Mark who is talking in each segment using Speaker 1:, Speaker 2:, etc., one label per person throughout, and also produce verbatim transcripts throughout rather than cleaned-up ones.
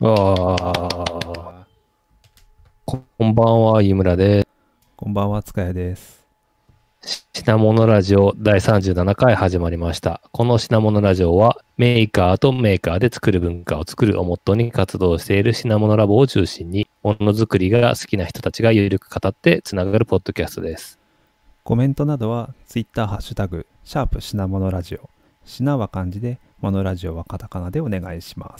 Speaker 1: わあ、こんばんは、飯村です。
Speaker 2: こんばんは、塚谷です。
Speaker 1: 品物ラジオだいさんじゅうななかい始まりました。この品物ラジオは、メーカーとメーカーで作る文化を作るをモットーに活動している品物ラボを中心に、ものづくりが好きな人たちがゆるく語ってつながるポッドキャストです。
Speaker 2: コメントなどは、ツイッターハッシュタグ、シャープ品物ラジオ。品は漢字で、モノラジオはカタカナでお願いします。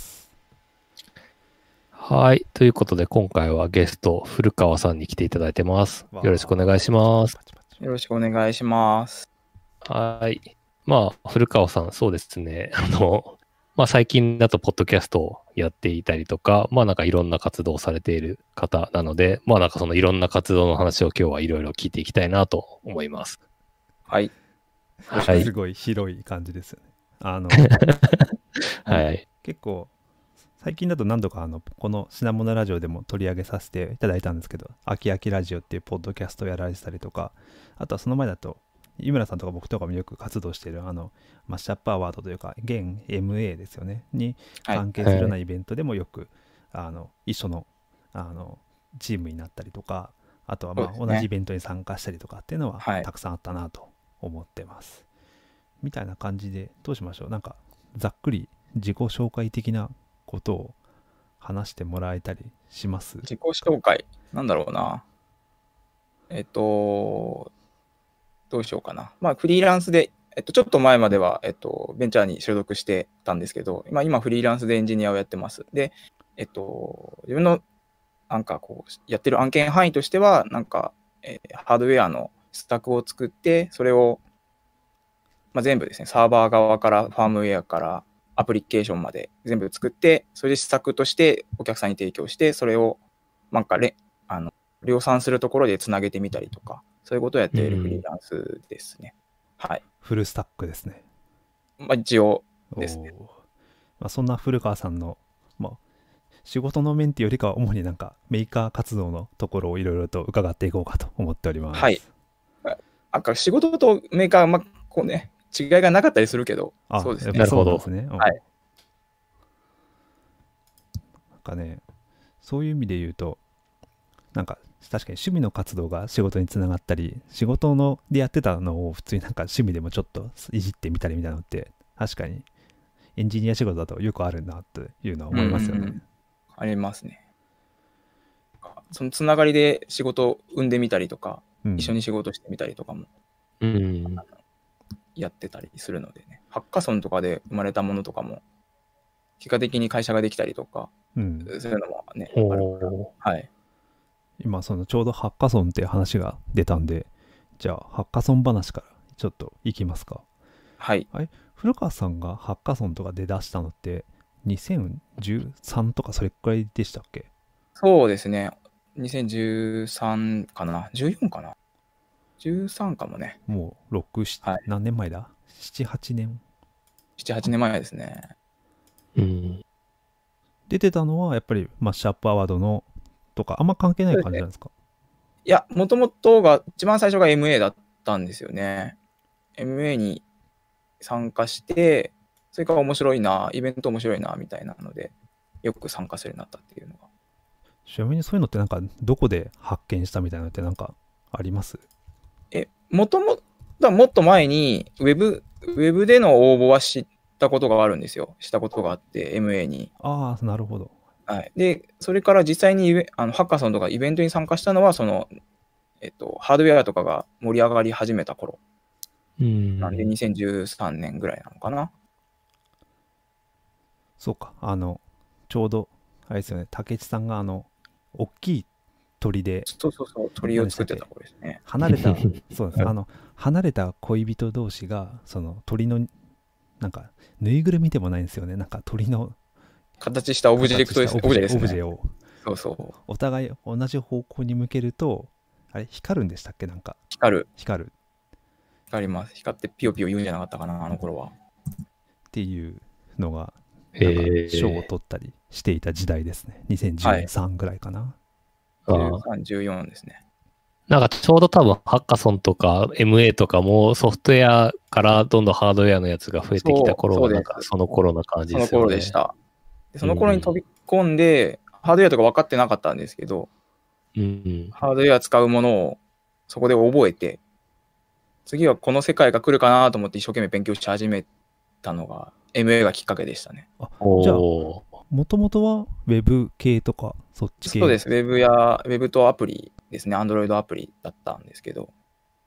Speaker 1: はい。ということで、今回はゲスト、古川さんに来ていただいてます。よろしくお願いします。
Speaker 3: よろしくお願いします。
Speaker 1: はい。まあ、古川さん、そうですね。あの、まあ最近だとポッドキャストをやっていたりとか、まあなんかいろんな活動をされている方なので、まあなんかそのいろんな活動の話を今日はいろいろ聞いていきたいなと思います。
Speaker 3: はい。
Speaker 1: はい。
Speaker 2: すごい広い感じですよね。あの、
Speaker 1: はい。
Speaker 2: 結構、最近だと何度かあのこの品物ラジオでも取り上げさせていただいたんですけど、あきあきラジオっていうポッドキャストをやられてたりとか、あとはその前だと、井村さんとか僕とかもよく活動しているあのマッシュアップアワードというか、現 エムエー ですよね、に関係するようなイベントでもよく、はい、あの一緒の、あのチームになったりとか、あとはまあ同じイベントに参加したりとかっていうのはたくさんあったなと思ってます。はい、みたいな感じで、どうしましょう。なんかざっくり自己紹介的なことを話してもらえたりします？
Speaker 3: 自己紹介なんだろうな。えっとどうしようかな。まあフリーランスで、えっとちょっと前まではえっとベンチャーに所属してたんですけど、今今フリーランスでエンジニアをやってます。で、えっと自分のなんかこうやってる案件範囲としては、なんか、えー、ハードウェアのスタックを作って、それをまあ、全部ですね、サーバー側からファームウェアからアプリケーションまで全部作って、それで施策としてお客さんに提供して、それをなんかれあの量産するところでつなげてみたりとか、そういうことをやっているフリーランスですね。はい。
Speaker 2: フルスタックですね。
Speaker 3: まあ、一応ですね。
Speaker 2: まあ、そんな古川さんの、まあ、仕事の面っていうよりかは主になんかメーカー活動のところをいろいろと伺っていこうかと思っております。
Speaker 3: はい。なんか仕事とメーカー、まあ、こうね、違いがなかったりするけど、
Speaker 2: あ、
Speaker 3: そうですね。
Speaker 1: なるほど。
Speaker 2: そうですね。
Speaker 3: はい。
Speaker 2: なんかね、そういう意味で言うと、なんか確かに趣味の活動が仕事につながったり、仕事のでやってたのを普通になんか趣味でもちょっといじってみたりみたいなのって、確かにエンジニア仕事だとよくあるなっていうのは思いますよね。
Speaker 3: うんうん、ありますね。そのつながりで仕事を生んでみたりとか、うん、一緒に仕事してみたりとかも、
Speaker 1: うん、
Speaker 3: やってたりするのでね、ハッカソンとかで生まれたものとかも結果的に会社ができたりとか、うん、そういうのもねあるから、はい、
Speaker 2: 今そのちょうどハッカソンっていう話が出たんで、じゃあハッカソン話からちょっといきますか。
Speaker 3: はい。
Speaker 2: はい。古川さんがハッカソンとかで出したのってにせんじゅうさんとかそれくらいでしたっけ？
Speaker 3: そうですね。にせんじゅうさんかな ?じゅうよん かな ?じゅうさん かもね。
Speaker 2: もうろく、なな、はい、何年前だ ?なな、はちねん ?な
Speaker 3: なな、はちねんまえですね。
Speaker 1: うん。
Speaker 2: 出てたのはやっぱりマッシュアップアワードのとかあんま関係ない感じなんですか？
Speaker 3: いや、もともとが、一番最初が エムエー だったんですよね。エムエー に参加して、それから面白いな、イベント面白いな、みたいなので、よく参加するようになったっていうのが。
Speaker 2: ちなみにそういうのってなんか、どこで発見したみたいなのってなんかあります？
Speaker 3: え、もともと、もっと前に、ウェブ、ウェブでの応募は知ったことがあるんですよ。したことがあって、エムエー に。
Speaker 2: ああ、なるほど。
Speaker 3: はい。で、それから実際にあのハッカソンとかイベントに参加したのは、その、えっと、ハードウェアとかが盛り上がり始めた頃。
Speaker 1: うん。
Speaker 3: なんでにせんじゅうさんねんぐらいなのかな。
Speaker 2: そうか。あの、ちょうど、あれですよね、竹内さんがあの、大きい鳥で、
Speaker 3: そうそうそう、鳥を作ってた頃ですね。
Speaker 2: 離れた、そうです。あの、離れた恋人同士が、その鳥の、なんか、ぬいぐるみでもないんですよね。なんか鳥の、
Speaker 3: 形したオブジェクトですね。オブジェですね。
Speaker 2: オブジェを、
Speaker 3: そうそう。
Speaker 2: お互い同じ方向に向けると、あれ、光るんでしたっけ？なんか。
Speaker 3: 光る。
Speaker 2: 光る。
Speaker 3: 光ります。光ってピヨピヨ言うんじゃなかったかな、あの頃は。
Speaker 2: っていうのが、なんか賞を取ったりしていた時代ですね。にせんじゅうさんぐらいかな。
Speaker 3: はい、じゅうさん、じゅうよんですね。
Speaker 1: なんかちょうど多分ハッカソンとか エムエー とかもソフトウェアからどんどんハードウェアのやつが増えてきた頃がなんかその頃な感じですよね。
Speaker 3: その頃でした。でその頃に飛び、うん、 込んで、ハードウェアとか分かってなかったんですけど、
Speaker 1: うん。
Speaker 3: ハードウェア使うものをそこで覚えて、次はこの世界が来るかなと思って一生懸命勉強し始めたのが エムエー がきっかけでしたね。
Speaker 2: あじゃあ
Speaker 1: おー。
Speaker 2: もともとはウェブ系とかそっち系？
Speaker 3: そうです。ウェブや、ウェブとアプリですね。Android アプリだったんですけど。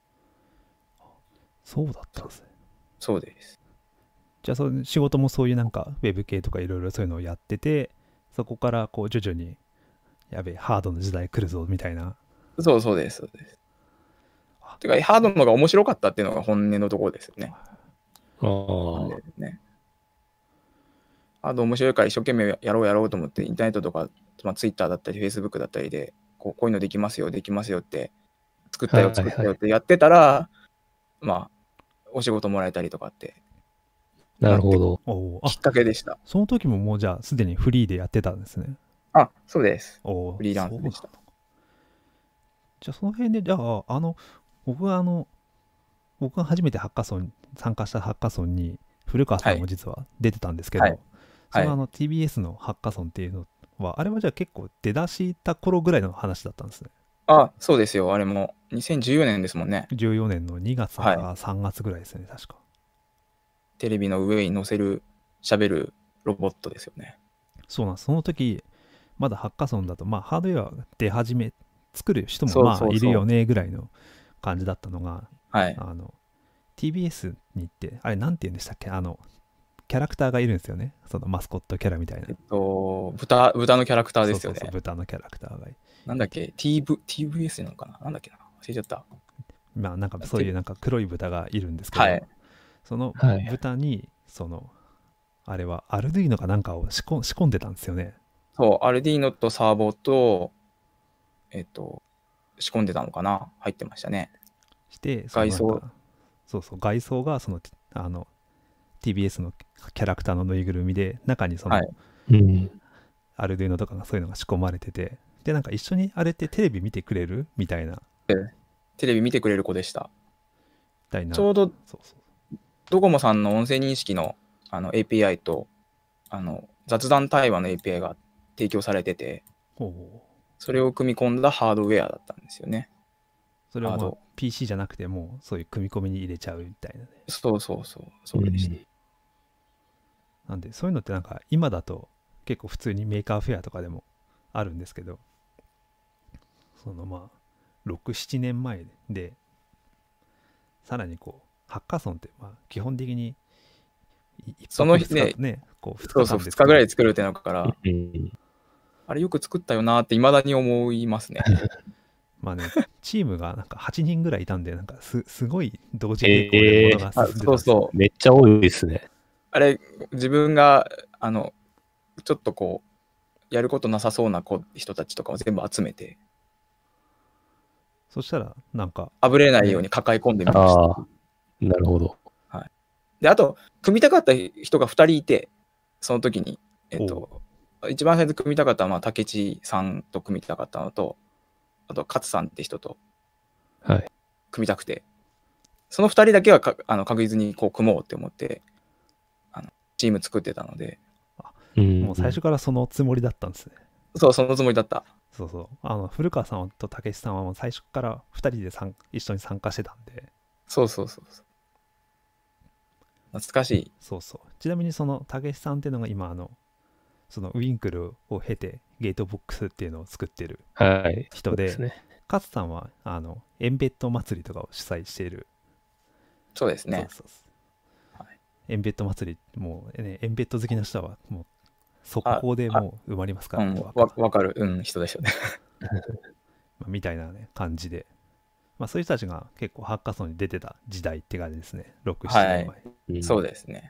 Speaker 2: そうだったんですね。
Speaker 3: そうです。
Speaker 2: じゃあその仕事もそういうなんかウェブ系とかいろいろそういうのをやってて、そこからこう徐々にやべえハードの時代来るぞみたいな。
Speaker 3: そうそうです。そうです。てか、ハードの方が面白かったっていうのが本音のところですよね。
Speaker 1: あ
Speaker 3: なん
Speaker 1: あ。
Speaker 3: でね。ハード面白いから一生懸命やろうやろうと思って、インターネットとか、まあ、Twitter だったり Facebook だったりで、こうこういうのできますよ、できますよって、作ったよ、
Speaker 1: はいはい
Speaker 3: 作ったよってやってたら、まあ、お仕事もらえたりとかって
Speaker 1: なるほど。
Speaker 2: おーあ
Speaker 3: きっかけでした。
Speaker 2: その時ももうじゃあすでにフリーでやってたんですね。
Speaker 3: あ、そうです。
Speaker 2: おー
Speaker 3: フリーランスでした
Speaker 2: そうなの。じゃあその辺でじゃああの僕はあの僕が初めてハッカソン参加したハッカソンに古川さんも実は出てたんですけど、
Speaker 3: はい
Speaker 2: そのあの ティービーエス のハッカソンっていうのはあれはじゃあ結構出だした頃ぐらいの話だったんですね。
Speaker 3: あ、そうですよ。あれもにせんじゅうよねんですもんね。
Speaker 2: じゅうよねんのにがつかさんがつぐらいですね、確か。
Speaker 3: テレビの上に載せる、喋るロボットですよね。
Speaker 2: そうなんです。その時まだハッカソンだとまあハードウェア出始め作る人もまあ
Speaker 3: そうそうそう
Speaker 2: いるよねぐらいの感じだったのが、
Speaker 3: はい。
Speaker 2: あの ティービーエス に行ってあれなんて言うんでしたっけ、あのキャラクターがいるんですよね、そのマスコットキャラみたいな。
Speaker 3: えっと、豚、豚のキャラクターですよね。
Speaker 2: そうそうそう豚のキャラクターがい
Speaker 3: なんだっけ ?ティーブイ、ティーブイエス なのかななんだっけな忘れちゃった。
Speaker 2: まあなんかそういうなんか黒い豚がいるんですけど、
Speaker 3: はい。
Speaker 2: その
Speaker 1: はい
Speaker 2: 豚にそのあれはアルドゥイノかなんかを仕込仕込んでたんですよね。
Speaker 3: そう、アルディーノとサーボと、えっと、仕込んでたのかな入ってましたね。
Speaker 2: してそのなんか
Speaker 3: 外装
Speaker 2: そうそう外装がそのあの ティービーエス のキャラクターのぬいぐるみで中にその、
Speaker 3: はい
Speaker 1: うん。
Speaker 2: アルドゥイノとかがそういうのが仕込まれてて、でなんか一緒にあれってテレビ見てくれるみたいな
Speaker 3: テレビ見てくれる子でした。
Speaker 2: みたいな。
Speaker 3: ちょうど
Speaker 2: そうそう
Speaker 3: ドコモさんの音声認識のあの エーピーアイ とあの雑談対話の エーピーアイ が提供されてて、
Speaker 2: ほうほう
Speaker 3: それを組み込んだハードウェアだったんですよね。
Speaker 2: それは、まあ
Speaker 3: ハード、
Speaker 2: ピーシー じゃなくてもうそういう組み込みに入れちゃうみたいなね。
Speaker 3: そうそうそう、そうでした。
Speaker 1: うん
Speaker 2: なんでそういうのってなんか今だと結構普通にメーカーフェアとかでもあるんですけど、そのまあろく、ななねんまえでさらにこうハッカソンってまあ基本的に
Speaker 3: その
Speaker 2: 日
Speaker 3: 日ね、
Speaker 2: ねこう2
Speaker 3: そうそう、
Speaker 2: 日間で
Speaker 3: ふつかぐらいで作るってなるから、
Speaker 1: うん
Speaker 3: あれよく作ったよなって未だに思いますね。
Speaker 2: まあねチームがなんかはちにんぐらいいたんでなんかすすごい同時並行で物が進んでたんですよ、
Speaker 3: そうそう。
Speaker 1: めっちゃ多いですね。
Speaker 3: あれ、自分が、あの、ちょっとこう、やることなさそうな子人たちとかを全部集めて、
Speaker 2: そしたらなんか
Speaker 3: あぶれないように抱え込んでみました。
Speaker 1: ああ、なるほど。
Speaker 3: で、あと、組みたかった人がふたりいて、その時に、えっと、一番最初組みたかったのは、竹地さんと組みたかったのと、あと、勝さんって人と
Speaker 1: はい。
Speaker 3: 組みたくて、そのふたりだけはかあの確実にこう組もうって思って、あのチーム作ってたので、
Speaker 1: うん
Speaker 2: もう最初からそのつもりだったんですね。
Speaker 3: そう、そのつもりだった。
Speaker 2: そうそう。あの古川さんと武さんはもう最初からふたりで参一緒に参加してたんで。
Speaker 3: そうそうそうそう。懐かしい。
Speaker 2: そうそう。ちなみにその武さんっていうのが今あのそのウィンクルを経てゲートボックスっていうのを作ってる
Speaker 1: はい。
Speaker 2: 人で、
Speaker 1: そうすね。
Speaker 2: 勝さんはあのエンベッド祭りとかを主催している。
Speaker 3: そうですね。
Speaker 2: そうそうそう、はい、エンベッド祭りもうねエンベッド好きな人はもう速攻でもう埋まりますからね。
Speaker 3: うん、わわかる、うん、人でしょうね。
Speaker 2: まあみたいなね感じで、まあそういう人たちが結構ハッカソンに出てた時代って感じですね。ろく、ななねんまえ。
Speaker 1: うん
Speaker 3: そうですね。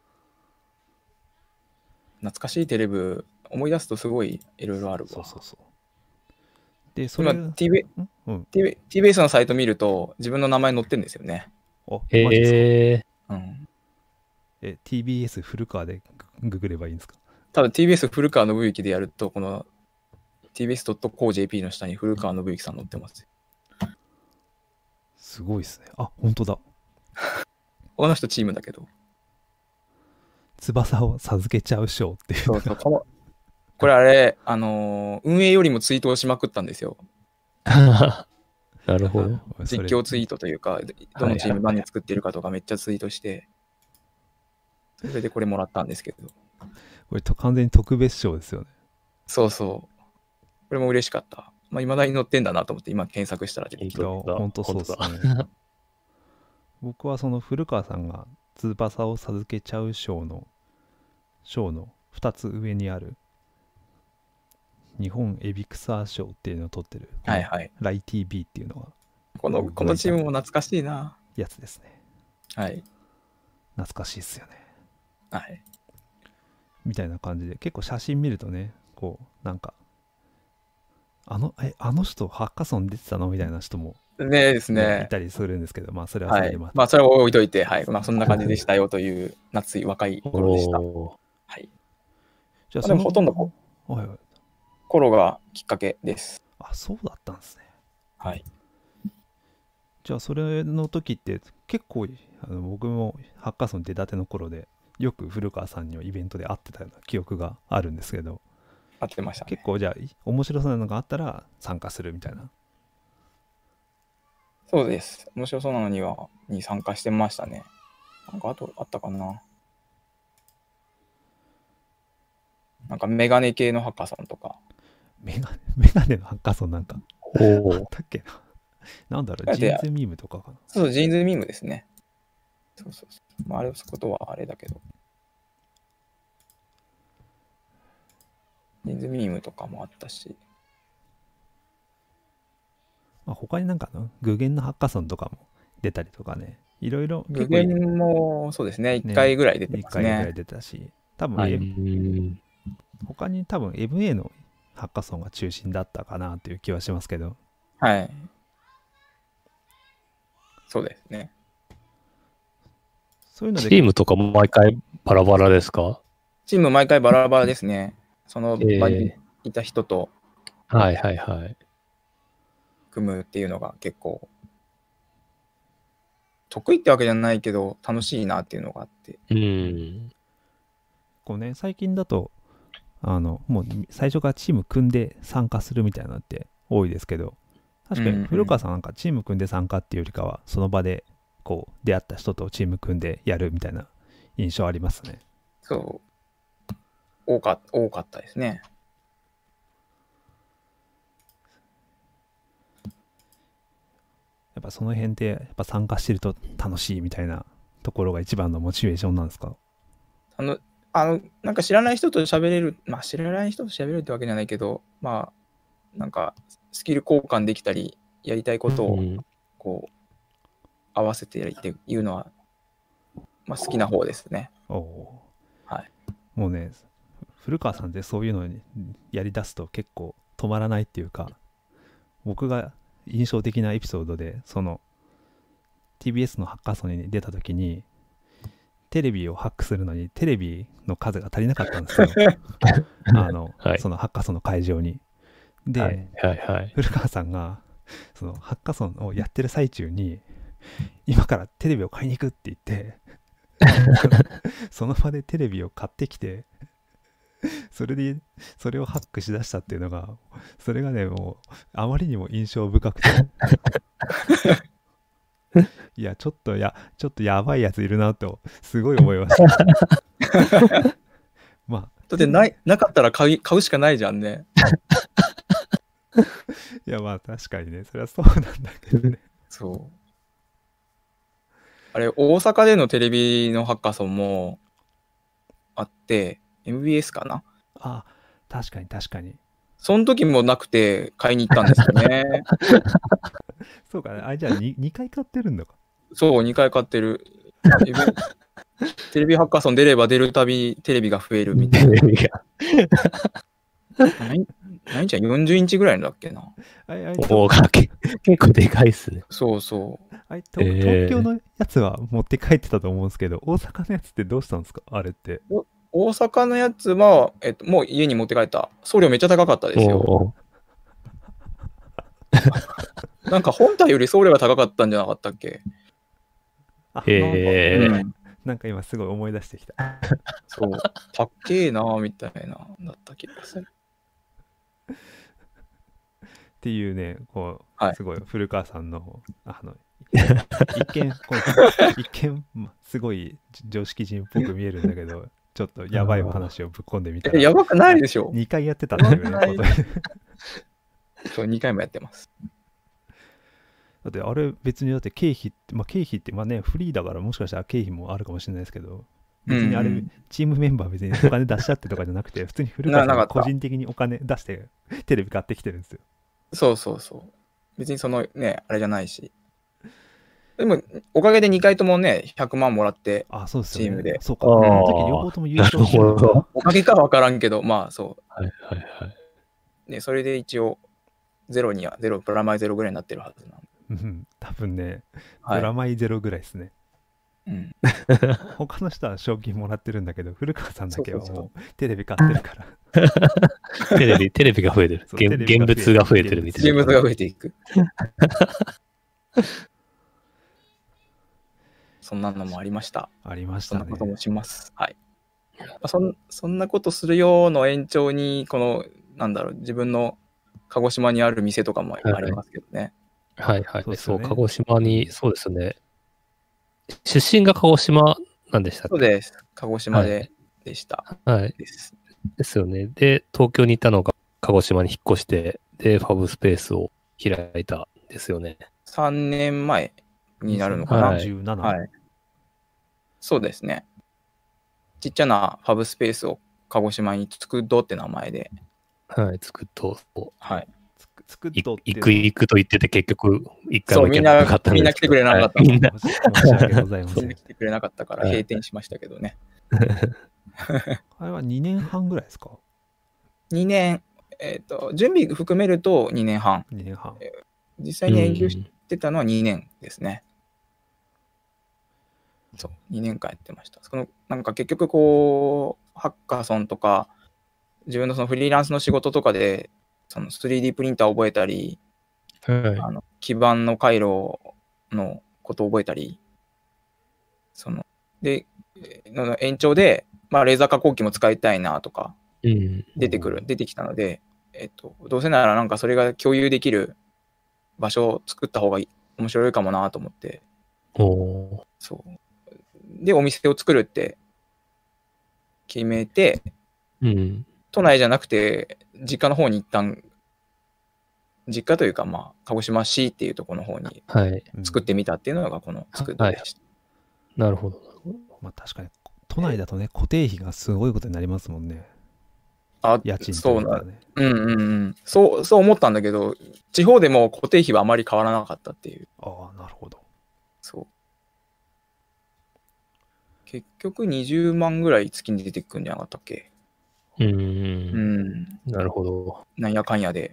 Speaker 3: 懐かしいテレビ思い出すとすごいいろいろあるわ。
Speaker 2: そうそうそう。で、それ
Speaker 3: 今 ティービー、
Speaker 2: んうん。
Speaker 3: ティービー、ティービーエス のサイト見ると自分の名前載ってるんですよね。
Speaker 2: あ、マジですか。
Speaker 1: へえ。
Speaker 3: うん。
Speaker 2: え、ティービーエス 古川でグググればいいんですか。
Speaker 3: 多分 ティービーエス 古川信之でやると、この ティービーエス ドットコージェーピー の下に古川信之さん載ってます。
Speaker 2: すごいですね。あ、本当だ。
Speaker 3: この人チームだけど。
Speaker 2: 翼を授けちゃう賞っていう。
Speaker 3: そうそう、この、 これあれ、あのー運営よりもツイートをしまくったんですよ。
Speaker 1: なるほど。
Speaker 3: 実況ツイートというか、どのチーム何作ってるかとかめっちゃツイートして、それでこれもらったんですけど。
Speaker 2: これと完全に特別賞ですよね。
Speaker 3: そうそう。これも嬉しかった。まあ、未だに載ってんだなと思って今検索したら出てきた。
Speaker 2: 本当そうですね。僕はその古川さんが翼を授けちゃう賞の賞のふたつ上にある日本エビクサー賞っていうのを取ってる、
Speaker 3: はいはい、
Speaker 2: ライ ティービー っていうのが
Speaker 3: このこのチームも懐かしいな
Speaker 2: やつですね。
Speaker 3: はい、
Speaker 2: 懐かしいっすよね。
Speaker 3: はい、
Speaker 2: みたいな感じで結構写真見るとね、こうなんかあのえあの人ハッカソン出てたのみたいな人も
Speaker 3: ねですね、
Speaker 2: いたりするんですけど、まあそれはそれでまた、
Speaker 3: はい、まあそれは置いといて、はい、まあそんな感じでしたよという夏い若い頃でした。はい。
Speaker 2: じゃあ
Speaker 3: でもほとんどこ
Speaker 2: はいはい、
Speaker 3: 頃がきっかけです。
Speaker 2: あ、そうだったんですね。
Speaker 3: はい。
Speaker 2: じゃあそれの時って結構あの僕もハッカソン出たての頃でよく古川さんにはイベントで会ってたような記憶があるんですけど、
Speaker 3: 会ってましたね。
Speaker 2: 結構じゃあ面白そうなのがあったら参加するみたいな。
Speaker 3: そうです。面白そうなのにはに参加してましたね。なんかあとあったかな。なんかメガネ系のハッカソンとか。
Speaker 2: メガネ、メガネのハッカソンなんかあったっけな。なんだろう、ジーンズミームとかかな。
Speaker 3: そうそう、ジーンズミームですね。そうそうそう。まあ、あれことはあれだけど。ジーンズミームとかもあったし。
Speaker 2: まあ、他になんかの具現のハッカソンとかも出たりとかね、いろいろ。
Speaker 3: 具現もそうですね、いっかいぐらい出てますね。
Speaker 2: いっかいぐらい出たし、多分、はい、他に多分 エムエー のハッカソンが中心だったかなという気はしますけど。
Speaker 3: はい。そうですね。
Speaker 2: そういうので
Speaker 1: チームとかも毎回バラバラですか？
Speaker 3: チーム毎回バラバラですね。その場にいた人と、
Speaker 1: えー、はいはいはい。
Speaker 3: 組むっていうのが結構得意ってわけじゃないけど楽しいなっていうのがあって。
Speaker 1: うん。
Speaker 2: こうね、最近だとあのもう最初からチーム組んで参加するみたいなのって多いですけど、確かに古川さんなんかチーム組んで参加っていうよりかはその場でこう出会った人とチーム組んでやるみたいな印象ありますね。
Speaker 3: そう多か、多かったですね。
Speaker 2: やっぱその辺でやっぱ参加してると楽しいみたいなところが一番のモチベーションなんですか？
Speaker 3: あのあのなんか知らない人と喋れる、まあ知らない人と喋れるってわけじゃないけど、まあなんかスキル交換できたりやりたいことをこう、うん、合わせてやりっていうのは、まあ、好きな方ですね。
Speaker 2: おお、
Speaker 3: はい。
Speaker 2: もうね、古川さんってそういうのにやりだすと結構止まらないっていうか、僕が印象的なエピソードで、その ティービーエス のハッカソンに出た時にテレビをハックするのにテレビの数が足りなかったんですよあの、はい、そのハッカソンの会場に。で、はいはいはい、古川さんがそのハッカソンをやってる最中に今からテレビを買いに行くって言ってその場でテレビを買ってきて、それでそれをハックしだしたっていうのが、それがねもうあまりにも印象深くていやちょっとやちょっとやばいやついるなとすごい思いましたまあ
Speaker 3: だってないなかったら買い買うしかないじゃんね
Speaker 2: いやまあ確かにね、それはそうなんだけどね
Speaker 3: そうあれ大阪でのテレビのハッカソンもあって エムビーエス かな。
Speaker 2: あ、確かに確かに。
Speaker 3: その時もなくて買いに行ったんですよね
Speaker 2: そうかね、あ、じゃあ 2, 2回買ってるんだか。
Speaker 3: そう、にかい買ってるテレビハッカソン出れば出るたびテレビが増えるみたいな。テレビが何, 何ちゃんよんじゅうインチぐらいのだっけな。
Speaker 2: あいあい
Speaker 1: お結構でかいっすね。
Speaker 3: そうそう。
Speaker 2: あい東、えー、東京のやつは持って帰ってたと思うんですけど、大阪のやつってどうしたんですかあれって。
Speaker 3: 大阪のやつは、えっと、もう家に持って帰った。送料めっちゃ高かったですよ。なんか本体より送料が高かったんじゃなかったっけ。
Speaker 2: へえー、うん、 なんか今すごい思い出してきた。
Speaker 3: そう、たっけえなーみたいな、だった気がする。
Speaker 2: っていうね、こう、
Speaker 3: はい
Speaker 2: すごい古川さんの、あの、一見、こう一見、ますごい常識人っぽく見えるんだけど、ちょっとやばいお話をぶっ込んでみたら、
Speaker 3: え、やばくないでしょ。
Speaker 2: にかいやってたっていうね、
Speaker 3: やばくない
Speaker 2: ことで。
Speaker 3: そう、にかいもやってます。
Speaker 2: だってあれ別にだって経費って、まあ経費ってまあね、フリーだからもしかしたら経費もあるかもしれないですけど、別にあれ、
Speaker 3: うんうん
Speaker 2: チームメンバー別にお金出しちゃってとかじゃなくて、普通に古川さん
Speaker 3: ななかった
Speaker 2: が個人的にお金出してテレビ買ってきてるんですよ。
Speaker 3: そうそうそう。別にそのね、あれじゃないし。でも、おかげでにかいともね、ひゃくまんもらって、
Speaker 2: あ、そうですよね。
Speaker 3: チームで
Speaker 2: そうか。
Speaker 1: あー
Speaker 2: その時両方とも優勝してるのか
Speaker 1: なるほど。
Speaker 3: おかげかは分からんけど、まあそ
Speaker 1: はいはいはい。
Speaker 3: う。ね、それで一応、ゼロには、ゼロ、プラマイゼロぐらいになってるはずなんで。
Speaker 2: うん多分ね、
Speaker 3: はい
Speaker 2: ドラマイゼロぐらいですね。
Speaker 3: うん、
Speaker 2: 他の人は賞金もらってるんだけど、古川さんだけは
Speaker 3: そうそう
Speaker 2: もうテレビ買ってるから。
Speaker 1: テレビ、テレビが増えてる。
Speaker 2: そう
Speaker 1: 現
Speaker 2: テレビが増えてる
Speaker 1: 現物が増えてるみたいな。
Speaker 3: ゲームズが増えていく。そんなのもありました。
Speaker 2: ありましたね
Speaker 3: そんなこと。もします。はい。まあそんそんなことするようの延長に、この、なんだろう、自分の鹿児島にある店とかもありますけどね。
Speaker 1: はいはい。そう、
Speaker 2: そうっすよね
Speaker 1: 鹿児島に、そうですね。出身が鹿児島なんでしたっけ？
Speaker 3: そうです。鹿児島で、でした。
Speaker 1: はい。
Speaker 3: です。
Speaker 1: ですよね。で、東京に行ったのが鹿児島に引っ越して、で、ファブスペースを開いたんですよね。
Speaker 3: さんねんまえになるのかな。
Speaker 1: はい
Speaker 2: にせんじゅうなな。
Speaker 3: はい。そうですね。ちっちゃなファブスペースを鹿児島に作っとって名前で、
Speaker 1: はい、作っと、そう
Speaker 3: はい。
Speaker 2: つく作っ
Speaker 1: い
Speaker 2: とって
Speaker 1: 行く行くと言ってて結局一回
Speaker 3: そう、
Speaker 1: も行け
Speaker 3: みんな
Speaker 1: なかったんですけど、
Speaker 3: みんな来てくれなかった
Speaker 1: はいみんな、
Speaker 2: 申し申し訳ございません
Speaker 3: みんな。来てくれなかったから
Speaker 1: はい
Speaker 3: 閉店しましたけどね。
Speaker 2: あれはにねんはんぐらいですか？
Speaker 3: にねん、えっ、と、準備含めるとにねんはん。
Speaker 2: にねんはん。
Speaker 3: 実際に営業してたのはにねんですね。そう、にねんかんやってました。そのなんか結局こう、ハッカソンとか、自分のそのフリーランスの仕事とかで、その スリーディー プリンターを覚えたり、
Speaker 1: はい
Speaker 3: あの基板の回路のことを覚えたり、その、で、えーの延長で、まあ、レーザー加工機も使いたいなとか
Speaker 1: うん。
Speaker 3: 出てくる、出てきたので、えっと、どうせならなんかそれが共有できる場所を作った方がいい面白いかもなと思って、
Speaker 1: おー
Speaker 3: そう。で、お店を作るって決めて、
Speaker 1: うん。
Speaker 3: 都内じゃなくて、実家の方に一旦、実家というか、まあ、鹿児島市っていうところの方に
Speaker 1: はい。
Speaker 3: 作ってみたっていうのがこの作ってでした。
Speaker 1: なるほど。
Speaker 2: まあ確かに、都内だとね、固定費がすごいことになりますもんね。
Speaker 3: あ、
Speaker 2: 家賃
Speaker 3: そうな
Speaker 2: というかね。
Speaker 3: うんうんうん。そう、そう思ったんだけど、地方でも固定費はあまり変わらなかったっていう。
Speaker 2: ああ、なるほど。
Speaker 3: そう。結局にじゅうまんぐらい月に出てくるんじゃなかったっけ？
Speaker 1: う。
Speaker 3: うんん。
Speaker 1: なるほど。
Speaker 3: なんやかんやで、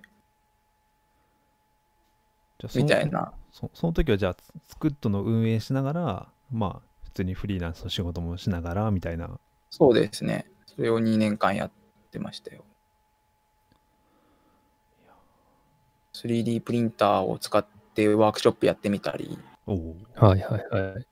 Speaker 2: じゃあその
Speaker 3: みたいな。
Speaker 2: そその時はじゃあ、スクッドの運営しながら、まあ、普通にフリーランスの仕事もしながら、みたいな。
Speaker 3: そうですね。それをにねんかんやってましたよ。スリーディー プリンターを使ってワークショップやってみたり、
Speaker 2: おお。
Speaker 1: はいはいはい。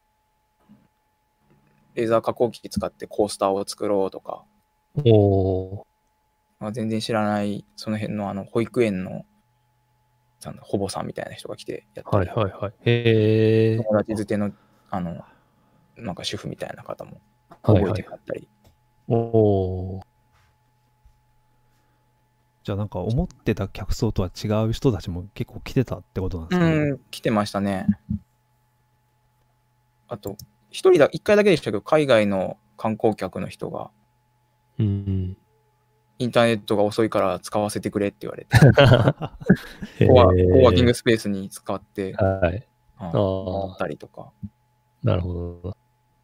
Speaker 3: レーザー加工機使ってコースターを作ろうとか、
Speaker 1: おー
Speaker 3: まあ、全然知らないその辺のあの保育園のなんだ保母さんみたいな人が来てやった
Speaker 1: はい
Speaker 3: り、
Speaker 1: はいはい。へえ。
Speaker 3: 友達づてのあのなんか主婦みたいな方も
Speaker 1: はいはい
Speaker 3: 覚えて。はったり、
Speaker 1: おー
Speaker 2: じゃあなんか思ってた客層とは違う人たちも結構来てたってことなんで
Speaker 3: う
Speaker 2: すかね。
Speaker 3: ん、来てましたね。あと一人だ一回だけでしたけど、海外の観光客の人が
Speaker 1: うん。
Speaker 3: インターネットが遅いから使わせてくれって言われて、
Speaker 1: へ
Speaker 3: コアコーワーキング
Speaker 1: ー
Speaker 3: スペースに使って、
Speaker 1: はい。
Speaker 3: うん
Speaker 1: あ
Speaker 3: 回
Speaker 1: ー
Speaker 3: ったりとか
Speaker 1: なるほど。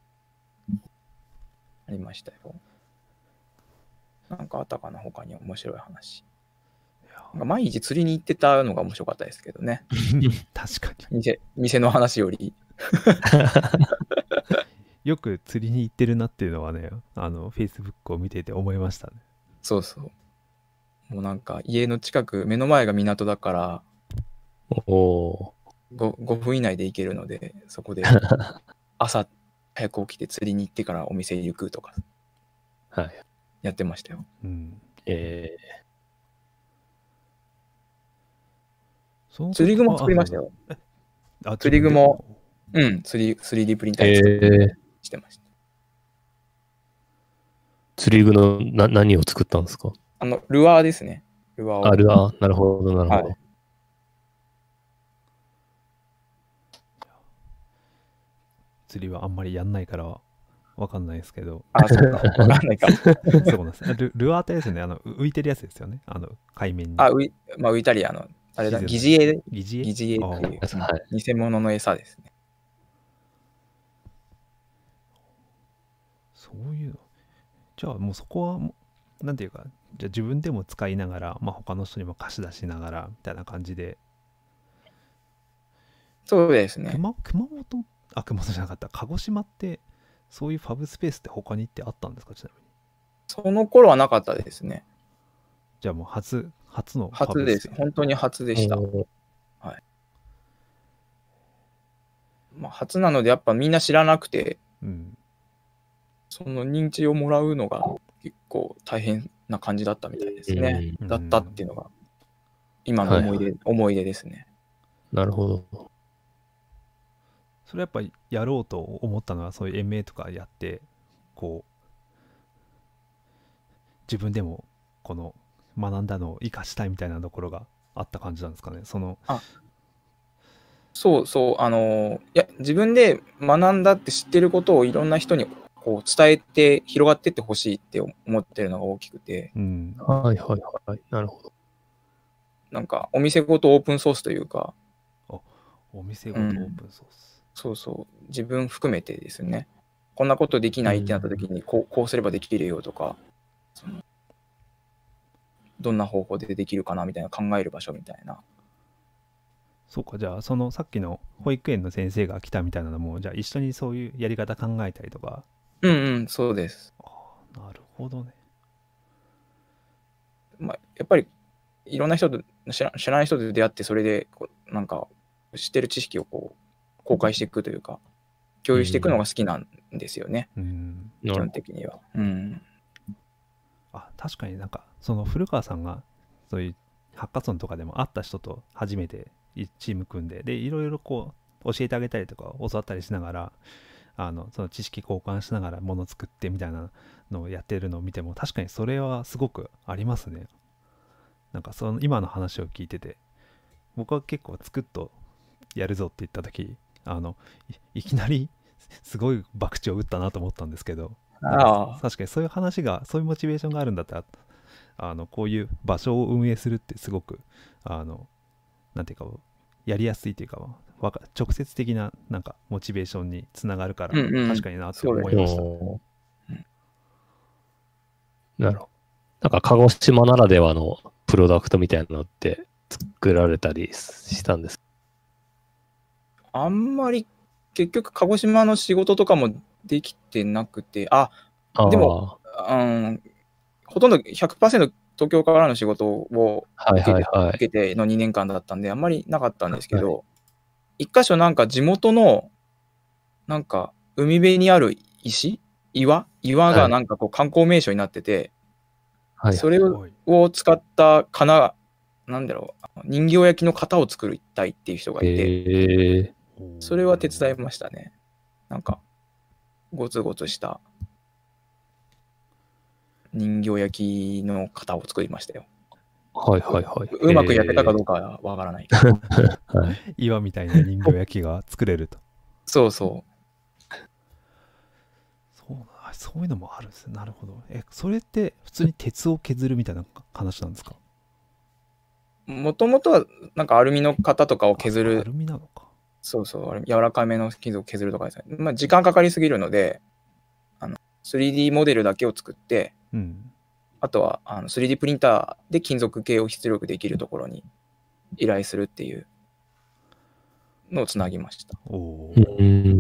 Speaker 3: ありましたよ。なんかあったかな、他に面白い話。なんか毎日釣りに行ってたのが面白かったですけどね。
Speaker 2: 確かに。
Speaker 3: 店店の話より。
Speaker 2: よく釣りに行ってるなっていうのはね、あの、Facebook を見ていて思いましたね。
Speaker 3: そうそう。もうなんか家の近く、目の前が港だから
Speaker 1: おー
Speaker 3: ご, ごふん以内で行けるので、そこで朝早く起きて釣りに行ってからお店に行くとか
Speaker 1: はい。
Speaker 3: やってましたよ。
Speaker 2: うん。
Speaker 1: え
Speaker 2: その時
Speaker 3: 釣り具も作りましたよ。
Speaker 2: あ、ああ
Speaker 3: 釣り具も。
Speaker 2: 自分で
Speaker 3: うん、スリー スリーディー プリンタ
Speaker 1: ー、
Speaker 3: ーで作っ
Speaker 1: えー、
Speaker 3: してました。
Speaker 1: 釣り具のな何を作ったんですか？
Speaker 3: あの、ルアーですね。ルアーを。
Speaker 1: あるあ、なるほど、なるほど。
Speaker 3: はい
Speaker 2: 釣りはあんまりやんないからわかんないですけど。
Speaker 3: あ、そうか。わかんないか。
Speaker 2: そうなんです。ルルアーってですね、あの浮いてるやつですよね。あの海面に。
Speaker 3: あ、浮い、まあ、浮いたり、あの、あれだ、
Speaker 2: シズ
Speaker 3: 疑似餌、
Speaker 2: 疑似
Speaker 3: 疑似餌っていう、
Speaker 1: あはい
Speaker 3: うん偽物の餌ですね。
Speaker 2: そういうの。じゃあもうそこはもう、なんていうか、じゃあ自分でも使いながら、まあ他の人にも貸し出しながらみたいな感じで。
Speaker 3: そうですね。
Speaker 2: 熊熊本、あ、熊本じゃなかった。鹿児島ってそういうファブスペースって他にってあったんですか、ちなみに。
Speaker 3: その頃はなかったですね。
Speaker 2: じゃあもう初、初のファ
Speaker 3: 初です。
Speaker 2: ブスペース。
Speaker 3: 本当に初でした。
Speaker 1: おー
Speaker 3: まあ、初なので、やっぱみんな知らなくて、
Speaker 2: うん。
Speaker 3: その認知をもらうのが結構大変な感じだったみたいですね。
Speaker 2: うん
Speaker 3: だったっていうのが、今の思い出、
Speaker 1: はい
Speaker 3: 思い出ですね。
Speaker 1: なるほど。
Speaker 2: それやっぱりやろうと思ったのは、そういう エムエー とかやって、こう、自分でもこの学んだのを生かしたいみたいなところがあった感じなんですかね。その、
Speaker 3: そうそう、あの、いや、自分で学んだって知ってることをいろんな人にこう伝えて広がってってほしいって思ってるのが大きくて、
Speaker 2: うん。
Speaker 1: はいはいはい。なるほど。
Speaker 3: なんかお店ごとオープンソースというか、
Speaker 2: お店ごとオープンソース。
Speaker 3: そうそう、自分含めてですね、こんなことできないってなった時にこう、こうすればできるよとか、そのどんな方法でできるかなみたいな考える場所みたいな。
Speaker 2: そうか、じゃあそのさっきの保育園の先生が来たみたいなのも、じゃあ一緒にそういうやり方考えたりとか。
Speaker 3: うんうん、そうです。
Speaker 2: ああ、なるほどね。
Speaker 3: まあ、やっぱりいろんな人と知ら知らない人と出会って、それでこうなんか知ってる知識をこう公開していくというか、共有していくのが好きなんですよね、
Speaker 2: うん。
Speaker 3: 基本的には。うん。
Speaker 2: あ、確かになんか、その古川さんが、そういうハッカソンとかでも会った人と初めてチーム組んで、で、いろいろこう、教えてあげたりとか、教わったりしながら、あの、その知識交換しながらもの作ってみたいなのをやってるのを見ても、確かにそれはすごくありますね。なんかその今の話を聞いてて、僕は結構作っとやるぞって言った時、あの、い, いきなりすごい博打を打ったなと思ったんですけど、
Speaker 3: ああ、
Speaker 2: 確かにそういう話が、そういうモチベーションがあるんだったら、あのこういう場所を運営するってすごく、あの、なんていうか、やりやすいというか、わか直接的ななんかモチベーションにつながるから、
Speaker 3: うんうん
Speaker 2: 確かになって思いました。
Speaker 1: おー
Speaker 3: うん
Speaker 1: なるほど。なんか鹿児島ならではのプロダクトみたいなのって作られたりしたんですか？
Speaker 3: あんまり結局鹿児島の仕事とかもできてなくて、あ、
Speaker 1: あ
Speaker 3: でもうん、ほとんど ひゃくパーセント 東京からの仕事を
Speaker 1: あ、はい
Speaker 3: 受けて,、
Speaker 1: はいはい
Speaker 3: 受。けてのにねんかんだったんで、あんまりなかったんですけど、一箇所なんか地元のなんか海辺にある石岩岩がなんかこう観光名所になってて、
Speaker 1: はい、
Speaker 3: それをを使った金、なんだろう、人形焼きの型を作りたいっていう人がいて、
Speaker 1: えー、
Speaker 3: それは手伝いましたね。なんか、ゴツゴツした人形焼きの型を作りましたよ。
Speaker 1: はいはいはい。
Speaker 3: うまくやってたかどうかはわからないけど。
Speaker 1: はい、
Speaker 2: 岩みたいな人形焼きが作れると。
Speaker 3: そうそ
Speaker 2: そうな、そういうのもあるんですね。なるほど。え、それって普通に鉄を削るみたいな話なんですか？
Speaker 3: う。もともとはなんかアルミの型とかを削
Speaker 2: ア
Speaker 3: る、
Speaker 2: ルミなのか。
Speaker 3: そうそう、あれ柔らかめの金属を削るとかですね。まあ時間かかりすぎるので、あの スリーディー モデルだけを作って、
Speaker 2: うん。
Speaker 3: あとはあの スリーディー プリンターで金属系を出力できるところに依頼するっていうのをつなぎました。
Speaker 2: おお
Speaker 1: う。ん。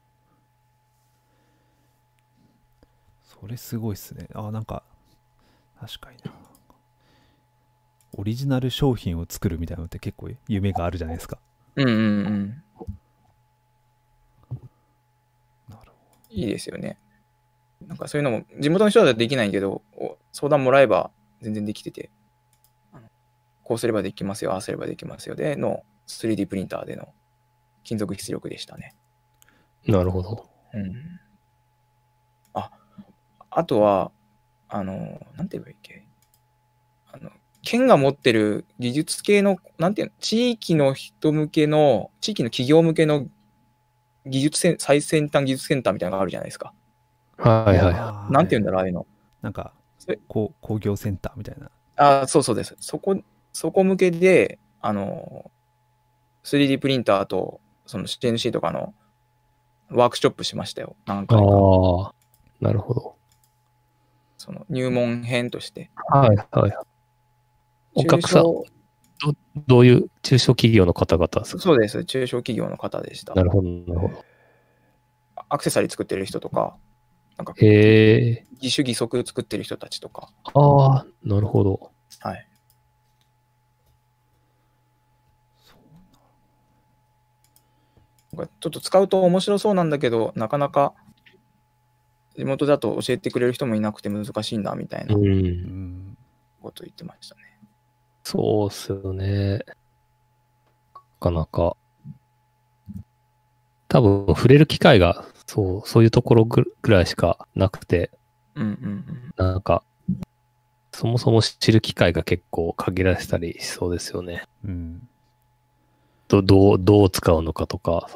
Speaker 2: それすごいっすね。あ、なんか、確かにな。オリジナル商品を作るみたいなのって結構夢があるじゃないですか。
Speaker 3: うんうんうん。
Speaker 2: なるほ
Speaker 3: いいですよね。なんかそういうのも地元の人だとできないけど、相談もらえば全然できてて、こうすればできますよ、ああすればできますよでの スリーディー プリンターでの金属出力でしたね。
Speaker 1: なるほど。
Speaker 3: うん。あ、あとは、あの、なんて言えばいいっけ。あの、県が持ってる技術系の、なんていうの、地域の人向けの、地域の企業向けの技術セン、最先端技術センターみたいなのがあるじゃないですか。
Speaker 1: はいはいは
Speaker 2: あー
Speaker 3: なんて言うんだろう、ああいうの。
Speaker 2: なんか
Speaker 3: それ
Speaker 2: こう工業センターみたいな。
Speaker 3: あ、そうそうです。そこ、そこ向けで、あの、スリーディー プリンターと、その シーエヌシー とかのワークショップしましたよ。何
Speaker 1: い。
Speaker 3: 回か。
Speaker 1: ああ、なるほど。
Speaker 3: その入門編として。
Speaker 1: はいはい。お客さん、どどういう中小企業の方々ですか？
Speaker 3: そうです。中小企業の方でした。
Speaker 1: なるほど、なるほど。
Speaker 3: アクセサリー作ってる人とか、なんか
Speaker 1: へえ。
Speaker 3: 義手義足作ってる人たちとか。
Speaker 1: ああ、なるほど。
Speaker 3: はい。なんかちょっと使うと面白そうなんだけど、なかなか地元だと教えてくれる人もいなくて難しいんだみたいな
Speaker 1: う。
Speaker 2: うんん。
Speaker 3: こと言ってましたね。
Speaker 1: そうっすよね。なかなか。多分、触れる機会が、そう、そういうところぐぐらいしかなくて、
Speaker 3: うんうんうん。
Speaker 1: なんか、そもそも知る機会が結構限られてたりしそうですよね。
Speaker 2: うん。
Speaker 1: どどう、どう使うのかとか。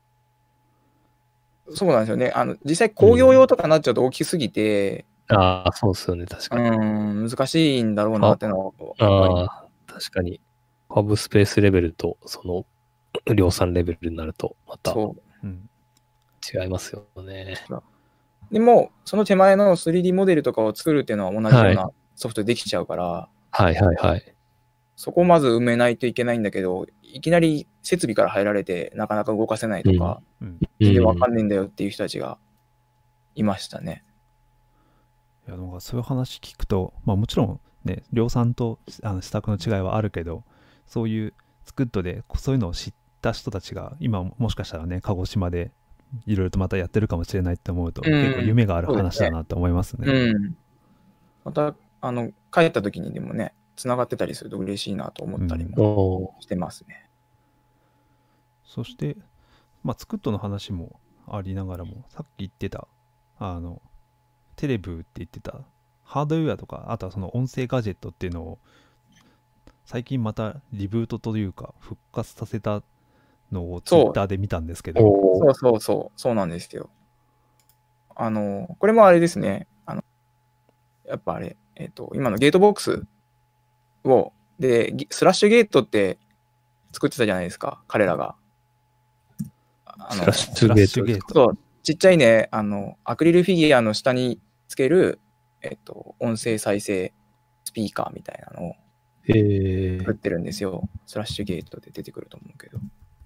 Speaker 1: そ
Speaker 3: そうなんですよね。あの、実際工業用とかになっちゃうと大きすぎて、
Speaker 1: うああ、そうですよね。確
Speaker 3: う
Speaker 1: かに。
Speaker 3: ん、難しいんだろうなってのは。
Speaker 1: ああ、確かに。ハブスペースレベルと、その、量産レベルになると、また
Speaker 3: そう。
Speaker 2: うん。
Speaker 1: 違いますよね。
Speaker 3: でも、その手前の スリーディー モデルとかを作るっていうのは同じようなソフトできちゃうから、
Speaker 1: はいはいはい。
Speaker 3: そこをまず埋めないといけないんだけど、いきなり設備から入られてなかなか動かせないとか、
Speaker 2: うん。
Speaker 3: 全然わかんないんだよっていう人たちがいましたね。
Speaker 2: いや、なんかそういう話聞くと、まあもちろんね、量産とあの試作の違いはあるけど、そういうスクッドでそういうのを知った人たちが、今もしかしたらね、鹿児島でいろいろとまたやってるかもしれないって思うと、
Speaker 3: うん
Speaker 2: 結構夢がある
Speaker 3: そうですね
Speaker 2: 話だなって思いますね。
Speaker 3: うん。また、あの、帰った時にでもね、つながってたりすると嬉しいなと思ったり
Speaker 2: うん
Speaker 3: も
Speaker 1: おー
Speaker 3: してますね。
Speaker 2: そして、まあ、スクッドの話もありながらも、さっき言ってた、あの、テレブーって言ってた、ハードウェアとか、あとはその音声ガジェットっていうのを、最近またリブートというか、復活させたのをツイッターで見たんですけど、
Speaker 1: おー
Speaker 3: そうそうそう、そうなんですよ。あの、これもあれですね。あの、やっぱあれ、えっと、今のゲートボックスを、で、ギスラッシュゲートって作ってたじゃないですか、彼らが。あの
Speaker 1: スラッシ
Speaker 2: スラッ
Speaker 1: ュゲートですか。
Speaker 2: シュゲート。
Speaker 3: そう、ちっちゃいね、あの、アクリルフィギュアの下につける、えっと、音声再生スピーカーみたいなのを
Speaker 1: へえ。
Speaker 3: 作ってるんですよ。スラッシュゲートで出てくると思うけど。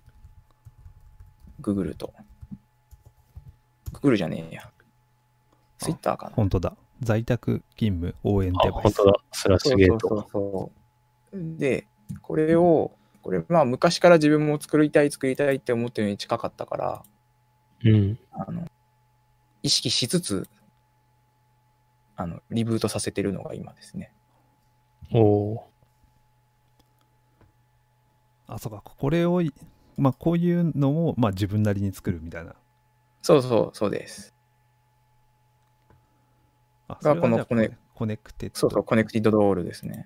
Speaker 3: ググると。ググるじゃねえや。ツイッターかな。
Speaker 2: 本当だ。在宅勤務応援
Speaker 1: あ、
Speaker 2: デバイス。
Speaker 1: 本当だ。スラッシュゲート。
Speaker 3: そうそうそうそう。で、これを、これ、まあ、昔から自分も作りたい、作りたいって思ってるのに近かったから、
Speaker 1: うん。
Speaker 3: あの、意識しつつ、あの、リブートさせてるのが今ですね。
Speaker 1: おー
Speaker 2: あ、そうか。これを、まあ、こういうのを、まあ、自分なりに作るみたいな。
Speaker 3: そうそう、そうです。
Speaker 2: あ、
Speaker 3: が
Speaker 2: それがじゃあ
Speaker 3: このコネ
Speaker 2: コネクテッド。
Speaker 3: そうそう、コネクティッドドールですね。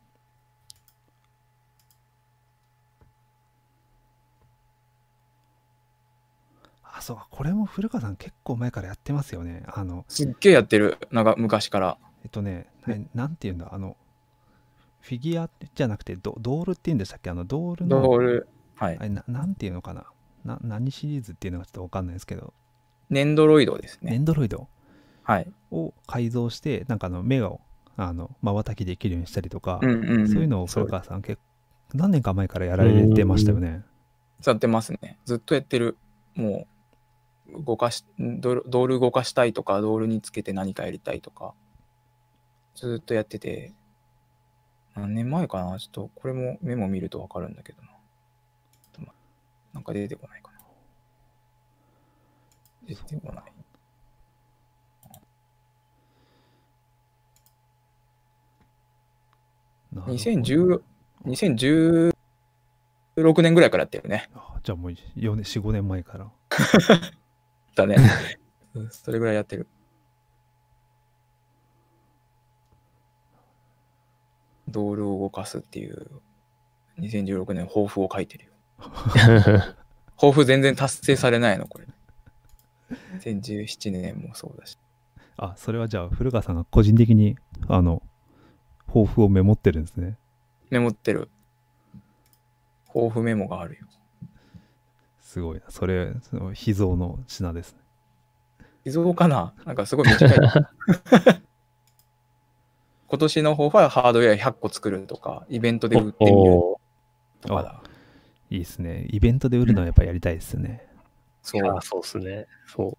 Speaker 2: あ、そうか。これも古川さん結構前からやってますよね。あの、
Speaker 3: すっげえやってる、なんか昔から。
Speaker 2: えっとね、ななんていうんだ、あの、フィギュアじゃなくてド、ドールっていうんでしたっけ？あの、ドールの、
Speaker 3: ドール、はい
Speaker 2: あ。れななんていうのかなな。何シリーズっていうのがちょっとわかんないですけど、
Speaker 3: ネンドロイドです
Speaker 2: ネ
Speaker 3: ね。
Speaker 2: ンドロイド
Speaker 3: はい。
Speaker 2: を改造して、なんかあの目をあの瞬きできるようにしたりとか、
Speaker 3: うんうん、うん。
Speaker 2: そういうのを
Speaker 3: そう
Speaker 2: 古川さん結構何年か前からやられてましたよね。
Speaker 3: やってますね。ずっとやってる。もう、動かし、ドルドール動かしたいとか、ドールにつけて何かやりたいとか、ずっとやってて、何年前かなちょっと、これもメモ見るとわかるんだけどな。なんか出てこないかな。出てこない。 にせんじゅう、にせんじゅうろくねんぐらいからやってるね。
Speaker 2: あじゃあもうよねん、よん、ごねんまえから。
Speaker 3: だね。うんそれぐらいやってる。ドールを動かすっていうにせんじゅうろくねん抱負を書いてるよ。抱負全然達成されないの、これ。にせんじゅうななねんもそうだし。
Speaker 2: あ、それはじゃあ古川さんが個人的にあの抱負をメモってるんですね。
Speaker 3: メモってる。抱負メモがあるよ。
Speaker 2: すごいな。それ、その秘蔵の品ですね。
Speaker 3: 秘蔵かななんかすごい短い。今年の抱負はハードウェアひゃっこ作るとか、イベントで売ってみる
Speaker 1: お
Speaker 3: とかだ。
Speaker 2: いいですね。イベントで売るのはやっぱやりたいですよね。
Speaker 3: そう
Speaker 1: ーあ。そうっすね。そ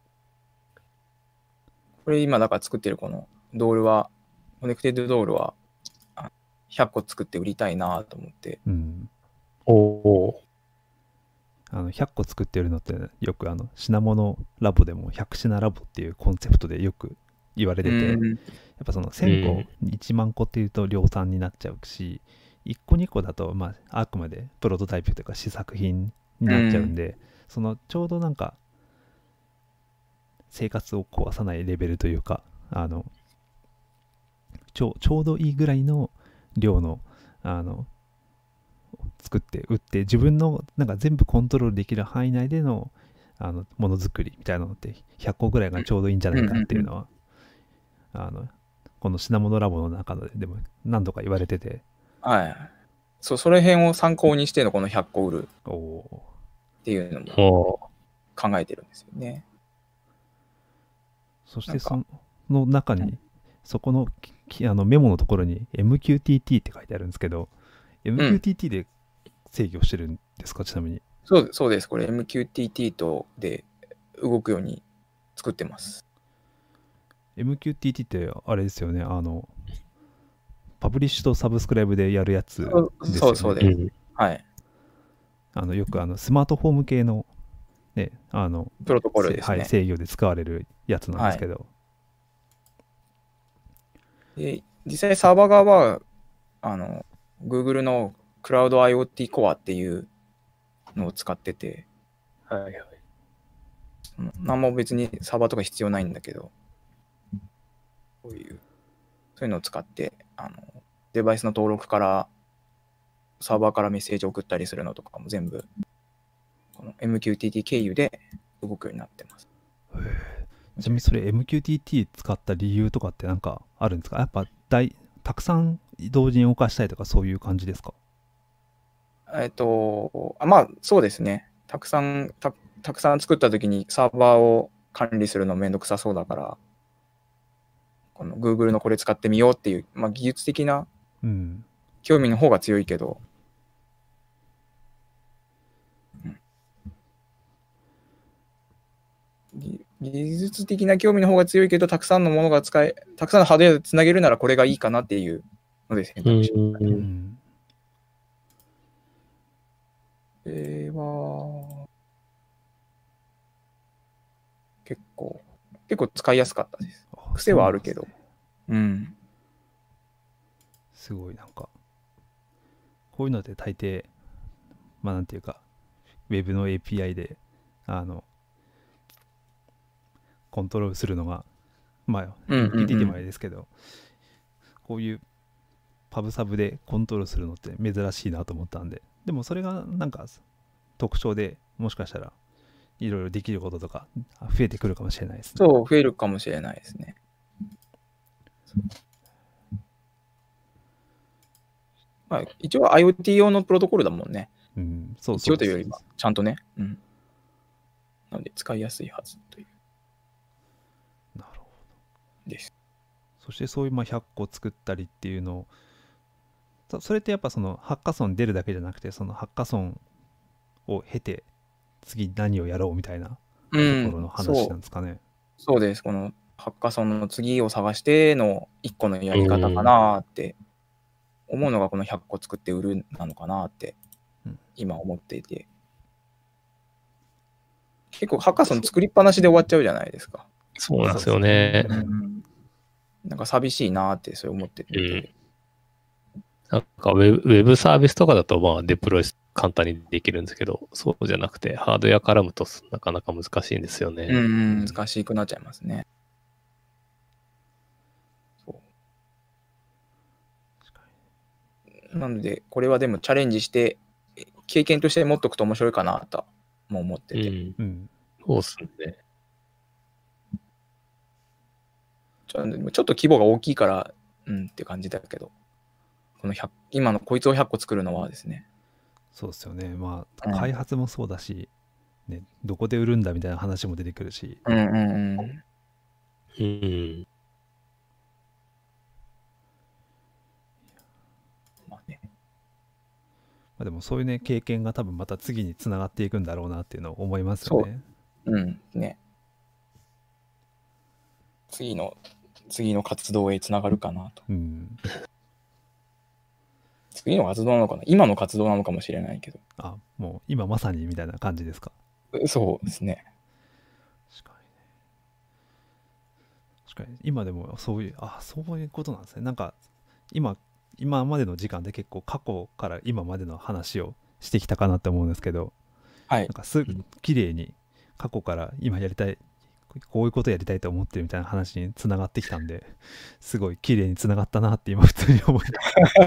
Speaker 3: これ今だから作ってるこのドールは、コネクテッドドールはあひゃっこ作って売りたいなと思って。
Speaker 2: うん。
Speaker 1: う。おお
Speaker 2: あのひゃっこ作ってるのってよくあの品物ラボでもひゃく品ラボっていうコンセプトでよく言われてて、
Speaker 3: うん
Speaker 2: やっぱそのせんこ、いちまんこっていうと量産になっちゃうし、いっこにこだとまああくまでプロトタイプというか試作品になっちゃうんで、そのちょうどなんか生活を壊さないレベルというか、あのちょちょうどいいぐらいの量のあの作って売って自分のなんか全部コントロールできる範囲内でのあのものづくりみたいなのってひゃっこぐらいがちょうどいいんじゃないかっていうのは、あのこの品物ラボの中ででも何度か言われてて、
Speaker 3: はい。そう、それ辺を参考にしてのこのひゃっこ売る
Speaker 2: おお
Speaker 3: っていうのも
Speaker 1: お
Speaker 3: 考えてるんですよね。
Speaker 2: そしてその中にそこのきあのメモのところに エムキューティーティー って書いてあるんですけど、 エムキューティーティー で制御してるんですか、ちなみに。
Speaker 3: そうそうです。これ エムキューティーティー とで動くように作ってます。
Speaker 2: エムキューティーティー ってあれですよね、あのパブリッシュとサブスクライブでやるやつですよね。
Speaker 3: そうそうです。
Speaker 1: うん
Speaker 3: はい。
Speaker 2: あのよくあのスマートフォーム系の、ね、あの
Speaker 3: プロトコルですね。
Speaker 2: はい、制御で使われるやつなんですけど、
Speaker 3: で実際サーバー側はあの Google の CloudIoT Core っていうのを使ってて、
Speaker 1: はいはい。
Speaker 3: うん何も別にサーバーとか必要ないんだけど、こういうそういうのを使ってあのデバイスの登録からサーバーからメッセージを送ったりするのとかも全部この エムキューティーティー 経由で動くようになってます。
Speaker 2: ちなみにそれ エムキューティーティー 使った理由とかってなんかあるんですか？やっぱ大たくさん同時に動かしたいとかそういう感じですか？
Speaker 3: えっと、あまあそうですね。たくさんた、たくさん作ったときにサーバーを管理するのめんどくさそうだから、この Google のこれ使ってみようっていう、まあ、技術的な
Speaker 2: うん。
Speaker 3: 興味の方が強いけど、うんぎ技術的な興味の方が強いけど、たくさんのものが使え、たくさんのハードウェアでつなげるならこれがいいかなっていうので選
Speaker 1: う
Speaker 3: 択しました。
Speaker 2: うんん。
Speaker 3: これは、結構、結構使いやすかったです。
Speaker 2: あ
Speaker 3: 癖はあるけど
Speaker 2: そうなんですね。
Speaker 3: うん。
Speaker 2: すごいなんかこういうのって大抵まあなんていうかウェブの エーピーアイ であのコントロールするのがまあ
Speaker 3: うんうんうん
Speaker 2: エムキューティーティー もあれですけど、こういうパブサブでコントロールするのって珍しいなと思ったんで、でもそれがなんか特徴でもしかしたらいろいろできることとか増えてくるかもしれないですね。
Speaker 3: そう、増えるかもしれないですね。まあ、一応 IoT 用のプロトコルだもんね。
Speaker 2: うん、そう
Speaker 3: 一
Speaker 2: そう
Speaker 3: 応というよりは、ちゃんとね。うん。なので、使いやすいはずという
Speaker 2: なるほど。
Speaker 3: です。
Speaker 2: そしてそういうまあひゃっこ作ったりっていうのをそそれってやっぱそのハッカソン出るだけじゃなくて、そのハッカソンを経て次何をやろうみたいなところの話なんですかね。
Speaker 3: そうです。このハッカソンの次を探しての一個のやり方かなって思うのがこのひゃっこ作って売るなのかなって
Speaker 2: うん
Speaker 3: 今思っていて。結構ハッカソン作りっぱなしで終わっちゃうじゃないですか。
Speaker 1: そうなんですよね。
Speaker 3: うんなんか寂しいなってそう思ってて、
Speaker 1: うんなんかウェブ、ウェブサービスとかだと、まあ、デプロイ簡単にできるんですけど、そうじゃなくて、ハードウェア絡むとなかなか難しいんですよね。
Speaker 3: うんうん、難しくなっちゃいますね。そうなので、これはでもチャレンジして、経験として持っとくと面白いかなとも思ってて。
Speaker 1: うん。
Speaker 2: うん。
Speaker 1: そうっすね。
Speaker 3: ちょちょっと規模が大きいから、うんって感じだけど、このひゃく今のこいつをひゃっこ作るのはですね。
Speaker 2: そうですよね。まあ、
Speaker 3: うん
Speaker 2: 開発もそうだし、ね、どこで売るんだみたいな話も出てくるし。
Speaker 3: うんうんうん。
Speaker 1: うん。
Speaker 3: まあね。
Speaker 2: まあ、でもそういうね、経験が多分また次につながっていくんだろうなっていうのを思いますよね。
Speaker 3: うんね。次の、次の活動へつながるかなと。
Speaker 2: うん。
Speaker 3: 次の活動なのかな今の活動なのかもしれないけど。
Speaker 2: あ、もう今まさにみたいな感じですか。
Speaker 3: そうですね。
Speaker 2: 確かにね。確かに。今でもそういう、あ、そういうことなんですね。なんか、今、今までの時間で結構過去から今までの話をしてきたかなって思うんですけど、
Speaker 3: はい
Speaker 2: なん。かすぐ綺麗に過去から今やりたい、こういうことやりたいと思ってるみたいな話につながってきたんで、すごい綺麗につながったなって今普通に思います。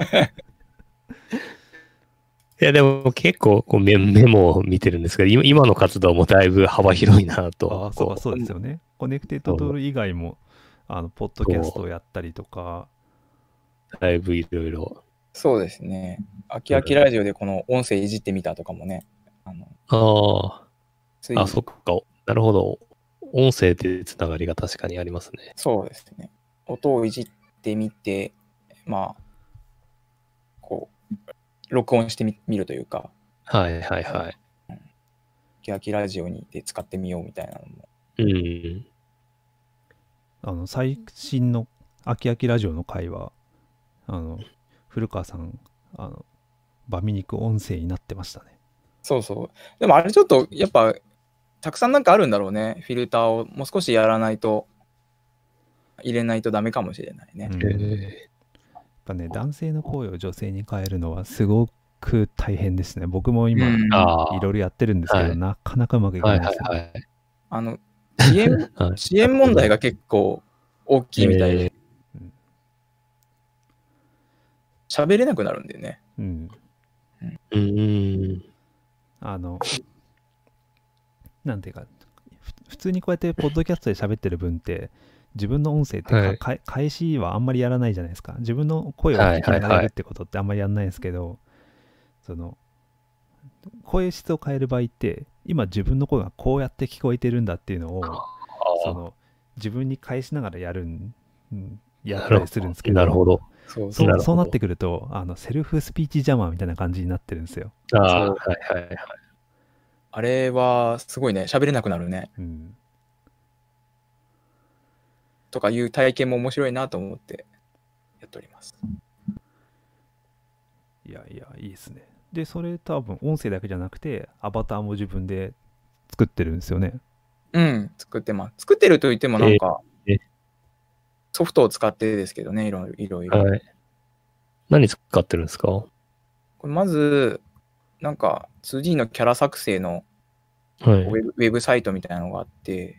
Speaker 1: いや、でも結構こうメメモを見てるんですけど、今今の活動もだいぶ幅広いなと。
Speaker 2: ああ、そう
Speaker 1: こう
Speaker 2: そうですよね。コネクテッドトール以外も、あの、ポッドキャストをやったりとか、
Speaker 1: だいぶいろいろ。
Speaker 3: そうですね。あきあきラジオでこの音声いじってみたとかもね。あの
Speaker 1: あ
Speaker 3: つい
Speaker 1: あ、あ、そっか。なるほど。音声でつながりが確かにありますね。
Speaker 3: そうですね。音をいじってみて、まあ、こう、録音してみ見るというか、
Speaker 1: はいはいはい。
Speaker 3: あきあきラジオにで使ってみようみたいなのも。
Speaker 1: うん。
Speaker 2: あの、最新のあきあきラジオの回は、あの、古川さん、あの、バミ肉音声になってましたね。
Speaker 3: そうそう。でもあれちょっと、やっぱ、たくさんなんかあるんだろうね。フィルターをもう少しやらないと、入れないとダメかもしれないね。
Speaker 2: うん、
Speaker 1: え
Speaker 2: やっぱね、男性の声を女性に変えるのはすごく大変ですね。僕も今、
Speaker 3: うん
Speaker 1: ー、ああ。
Speaker 2: いろいろやってるんですけど、
Speaker 1: はい
Speaker 2: なかなかうまくいか
Speaker 1: はい
Speaker 2: ないですね。
Speaker 1: はいはい。
Speaker 3: あの、遅延、
Speaker 1: はい
Speaker 3: 遅延問題が結構大きいみたいで、
Speaker 2: うん
Speaker 3: 喋れなくなるんだよね。
Speaker 2: うん。
Speaker 1: うん。
Speaker 2: あの、なんていうか、ふ普通にこうやってポッドキャストで喋ってる分って、自分の音声ってか、
Speaker 1: はい
Speaker 2: か返しはあんまりやらないじゃないですか。自分の声を聞きながらやるってことってあんまりやらないですけど、その、声質を変える場合って、今自分の声がこうやって聞こえてるんだっていうのを、その、自分に返しながらやるん、うんやったりするんですけど、
Speaker 1: なるほど。
Speaker 3: そうそう。
Speaker 2: そうそうなってくると、あの、セルフスピーチジャマーみたいな感じになってるんですよ。
Speaker 1: ああ、
Speaker 3: そう
Speaker 1: はいはいはい。
Speaker 3: あれはすごいね、喋れなくなるね。
Speaker 2: うん。
Speaker 3: とかいう体験も面白いなと思ってやっております。
Speaker 2: いやいや、いいですね。で、それ多分音声だけじゃなくて、アバターも自分で作ってるんですよね。
Speaker 3: うん、作ってます。作ってると言ってもなんか
Speaker 1: えー、
Speaker 3: ソフトを使ってですけどね、いろいろいろ。
Speaker 1: はい。何使ってるんですか？
Speaker 3: これまず、なんか ツーディー のキャラ作成の
Speaker 1: はい。
Speaker 3: ウェブ,、ウェブサイトみたいなのがあって、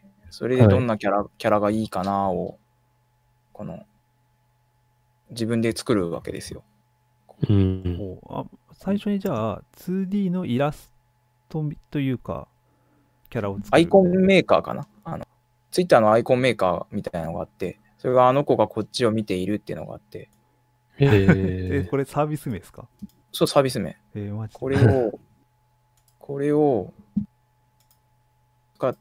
Speaker 3: それでどんなキャラ、キャラがいいかなを、この、自分で作るわけですよ。
Speaker 1: うん。
Speaker 2: おあ最初にじゃあ ツーディー のイラストというかキャラを作る
Speaker 3: アイコンメーカーかなあの、ツイッターのアイコンメーカーみたいなのがあって、それがあの子がこっちを見ているっていうのがあって、
Speaker 1: え
Speaker 2: え
Speaker 1: ー、
Speaker 2: これサービス名ですか？
Speaker 3: そう、サービス名。
Speaker 2: えー、マジで
Speaker 3: これを、これを使って、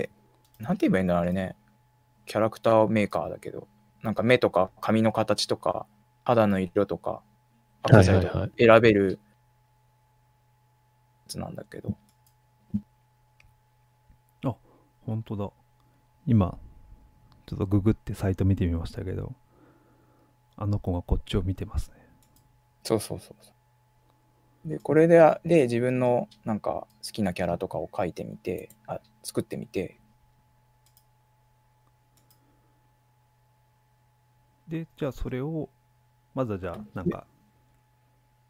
Speaker 3: なんて言えばいいんだろう、あれね。キャラクターメーカーだけど、なんか目とか髪の形とか、肌の色とか、アクセサリーとか選べるやつなんだけど。
Speaker 2: あ、本当だ。今ちょっとググってサイト見てみましたけど、あの子がこっちを見てますね。
Speaker 3: そうそうそうそう。で、これで、で自分のなんか好きなキャラとかを描いてみて、あ、作ってみて、
Speaker 2: で、じゃあそれを、まずはじゃあ、なんか、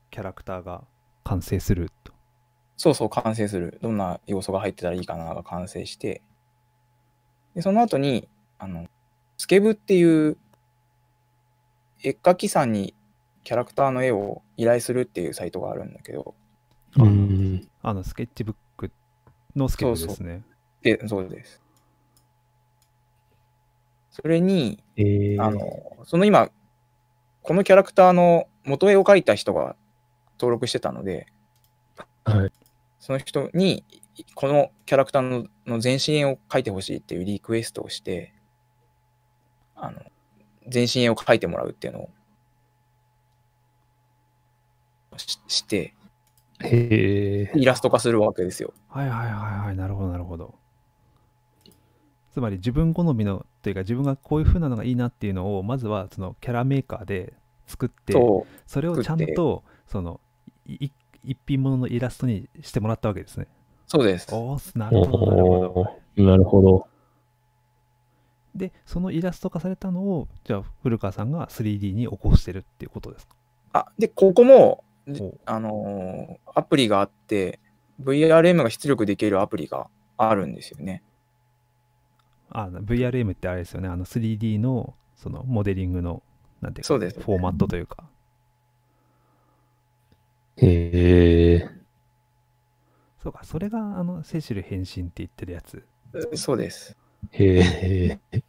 Speaker 2: キャラクターが完成すると。
Speaker 3: そうそう、完成する。どんな要素が入ってたらいいかなが完成して、でその後に、あの、スケブっていう絵描きさんにキャラクターの絵を依頼するっていうサイトがあるんだけど、
Speaker 2: あの
Speaker 1: うん。
Speaker 2: あのスケッチブックのスケブですね。
Speaker 3: そうそうで、そうです。それに、
Speaker 1: えー、
Speaker 3: あの、その今、このキャラクターの元絵を描いた人が登録してたので、
Speaker 1: はい。
Speaker 3: その人に、このキャラクターのの全身絵を描いてほしいっていうリクエストをして、あの、全身絵を描いてもらうっていうのをしして、
Speaker 1: へえ。
Speaker 3: イラスト化するわけですよ。
Speaker 2: はいはいはいはい、なるほどなるほど。つまり自分好みのというか自分がこういう風なのがいいなっていうのをまずはそのキャラメーカーで作って
Speaker 3: そう。
Speaker 2: それをちゃんとそのい一品物のイラストにしてもらったわけですね。
Speaker 3: そうです。
Speaker 2: おーなるほどなるほど。
Speaker 1: おーなるほど。
Speaker 2: でそのイラスト化されたのをじゃあ古川さんが スリーディー に起こしてるっていうことですか。
Speaker 3: あ、で、ここも、
Speaker 2: おう
Speaker 3: あのーアプリがあって、ブイアールエム が出力できるアプリがあるんですよね。
Speaker 2: あ ブイアールエム ってあれですよね。あの スリーディー のそのモデリングのなんていうか
Speaker 3: そうですね
Speaker 2: フォーマットというか。
Speaker 1: へえ。
Speaker 2: そうか、それがあのセシル変身って言ってるやつ。
Speaker 3: そうです。
Speaker 1: へえ。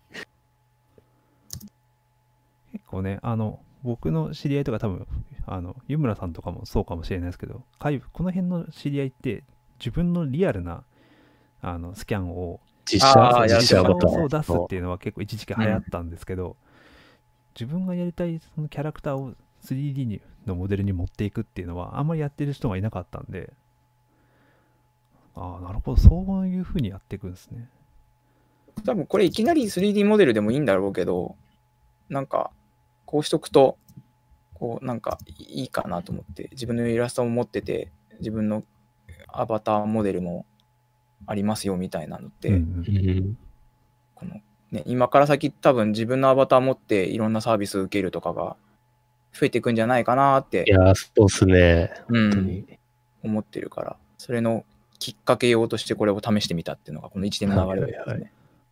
Speaker 2: 結構ね、あの、僕の知り合いとか多分、あの、湯村さんとかもそうかもしれないですけど、かいこの辺の知り合いって自分のリアルなあのスキャンを、
Speaker 1: 実写
Speaker 3: あーや
Speaker 2: 実写の
Speaker 1: 実写アバター。
Speaker 2: を出すっていうのは結構一時期流行ったんですけど、自分がやりたいそのキャラクターを スリーディー にのモデルに持っていくっていうのはあんまりやってる人がいなかったんで、ああ、なるほど、そういう風にやっていくんですね。
Speaker 3: 多分これいきなり スリーディー モデルでもいいんだろうけど、なんか、こうしとくと、こう、なんかいいかなと思って、自分のイラストも持ってて、自分のアバターモデルもありますよみたいなのって、
Speaker 2: うん
Speaker 1: う
Speaker 2: うん
Speaker 1: ん。
Speaker 3: このね、今から先多分自分のアバター持っていろんなサービス受けるとかが増えていくんじゃないかなって
Speaker 1: い、やー、そうっすね。
Speaker 3: うん
Speaker 1: 本当に。
Speaker 3: 思ってるから、それのきっかけ用としてこれを試してみたっていうのがこのいちねんの流れですね。
Speaker 1: はいはい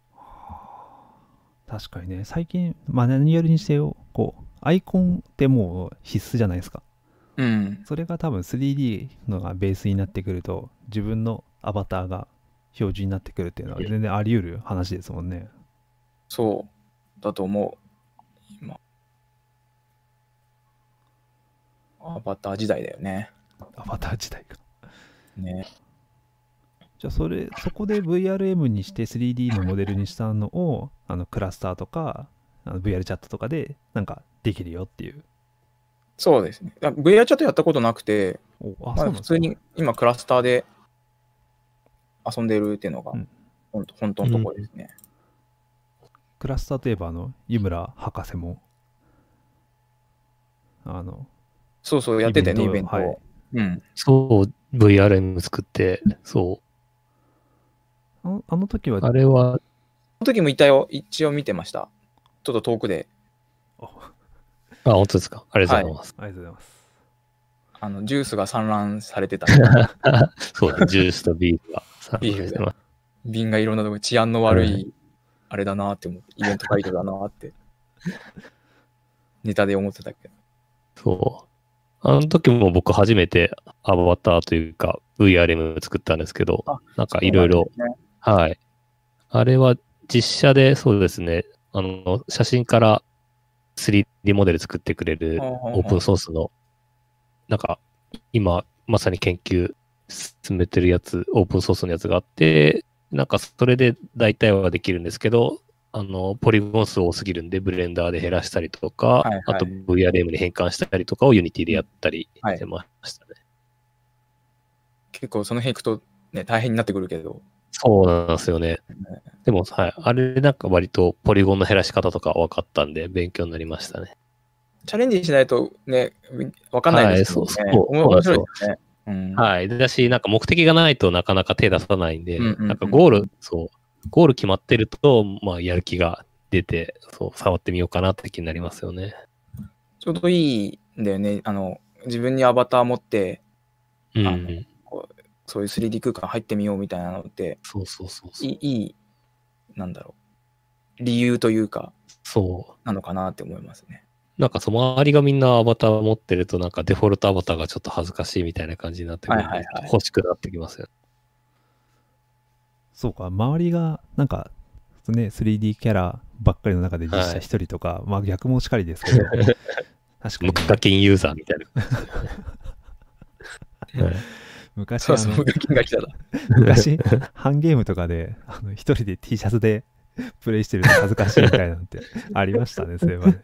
Speaker 2: 確かにね、最近、まあ何やるにしてよ、こう、アイコンってもう必須じゃないですか。
Speaker 3: うん。
Speaker 2: それが多分 スリーディー のがベースになってくると、自分のアバターが標準になってくるっていうのは全然あり得る話ですもんね。
Speaker 3: そうだと思う。今。アバター時代だよね。
Speaker 2: アバター自体が。
Speaker 3: ね。
Speaker 2: じゃあそれ、そこで ブイアールエム にして スリーディー のモデルにしたのを、あのクラスターとか、あの ブイアール チャットとかでなんかできるよっていう。
Speaker 3: そうですね。あ ブイアール チャットやったことなくて、
Speaker 2: おあ、
Speaker 3: ま
Speaker 2: そうなんですか。
Speaker 3: だ普通に今クラスターで遊んでるっていうのが
Speaker 2: うん
Speaker 3: ほんと本当のところですね。
Speaker 2: クラスターといえば、あの、湯村博士も、あの、
Speaker 3: そうそう、やってたよね、イベントを。
Speaker 2: はい
Speaker 3: うん。
Speaker 1: そう、ブイアールエム 作って、そ
Speaker 2: あのあの時は
Speaker 1: う。あれは、
Speaker 3: その時もいたよ。一応見てました。ちょっと遠くで。
Speaker 2: あ
Speaker 1: あ、本当ですか。ありがとうございます。
Speaker 2: ありがとうございます。
Speaker 3: あの、ジュースが散乱されてた。
Speaker 1: そうね、ジュースとビールが参加
Speaker 3: ビール
Speaker 1: してます。
Speaker 3: 瓶がいろんなとこ治安の悪、
Speaker 1: はい
Speaker 3: あれだなって思って、イベント会場だなって、ネタで思ってたけど。
Speaker 1: そう。あの時も僕初めてアバターというか ブイアールエム 作ったんですけど
Speaker 3: あ、
Speaker 1: なんかいろいろ、
Speaker 3: そうなんですね
Speaker 1: はい。あれは実写でそうですね、あの、写真から スリーディー モデル作ってくれるオープンソースの、なんか今まさに研究進めてるやつ、オープンソースのやつがあって、なんかそれで大体はできるんですけど、あの、ポリゴン数多すぎるんで、ブレンダーで減らしたりとか、
Speaker 3: はいはい
Speaker 1: あと ブイアールエム に変換したりとかを Unity でやったりしてましたね。
Speaker 3: 結構その辺行くと、ね、大変になってくるけど。
Speaker 1: そうなんですよね。でも、はい。あれなんか割とポリゴンの減らし方とか分かったんで、勉強になりましたね。
Speaker 3: チャレンジしないとね、わかんないですよね。
Speaker 1: はいそうそう
Speaker 3: 面白いですね。うん、
Speaker 1: はい。だし、なんか目的がないとなかなか手出さないんで、
Speaker 3: うんうんうん
Speaker 1: なんかゴール、そう、ゴール決まってると、まあ、やる気が出て、そう、触ってみようかなって気になりますよね。
Speaker 3: ちょうどいいんだよね。あの、 自分にアバター持って、
Speaker 1: うん、
Speaker 3: あのこうそういう スリーディー 空間入ってみようみたいなのって、
Speaker 1: そうそうそうそう。
Speaker 3: いい、いいなんだろう、理由というか、
Speaker 1: そう。
Speaker 3: なのかなって思いますね。
Speaker 1: なんかその周りがみんなアバター持ってるとなんかデフォルトアバターがちょっと恥ずかしいみたいな感じになってくるんで、
Speaker 3: はいはいはい
Speaker 1: 欲しくなってきますよ。
Speaker 2: そうか、周りがなんかね スリーディー キャラばっかりの中で実写一人とか、まあ逆もしかりですけど確かに、
Speaker 1: 無課金ユーザーみたいな。はい、
Speaker 3: そ
Speaker 2: 昔あの
Speaker 3: うそう、無課金が来たら。
Speaker 2: 昔ハンゲームとかであの一人で T シャツでプレイしてると恥ずかしいみたいなのってありましたね、そういえばね。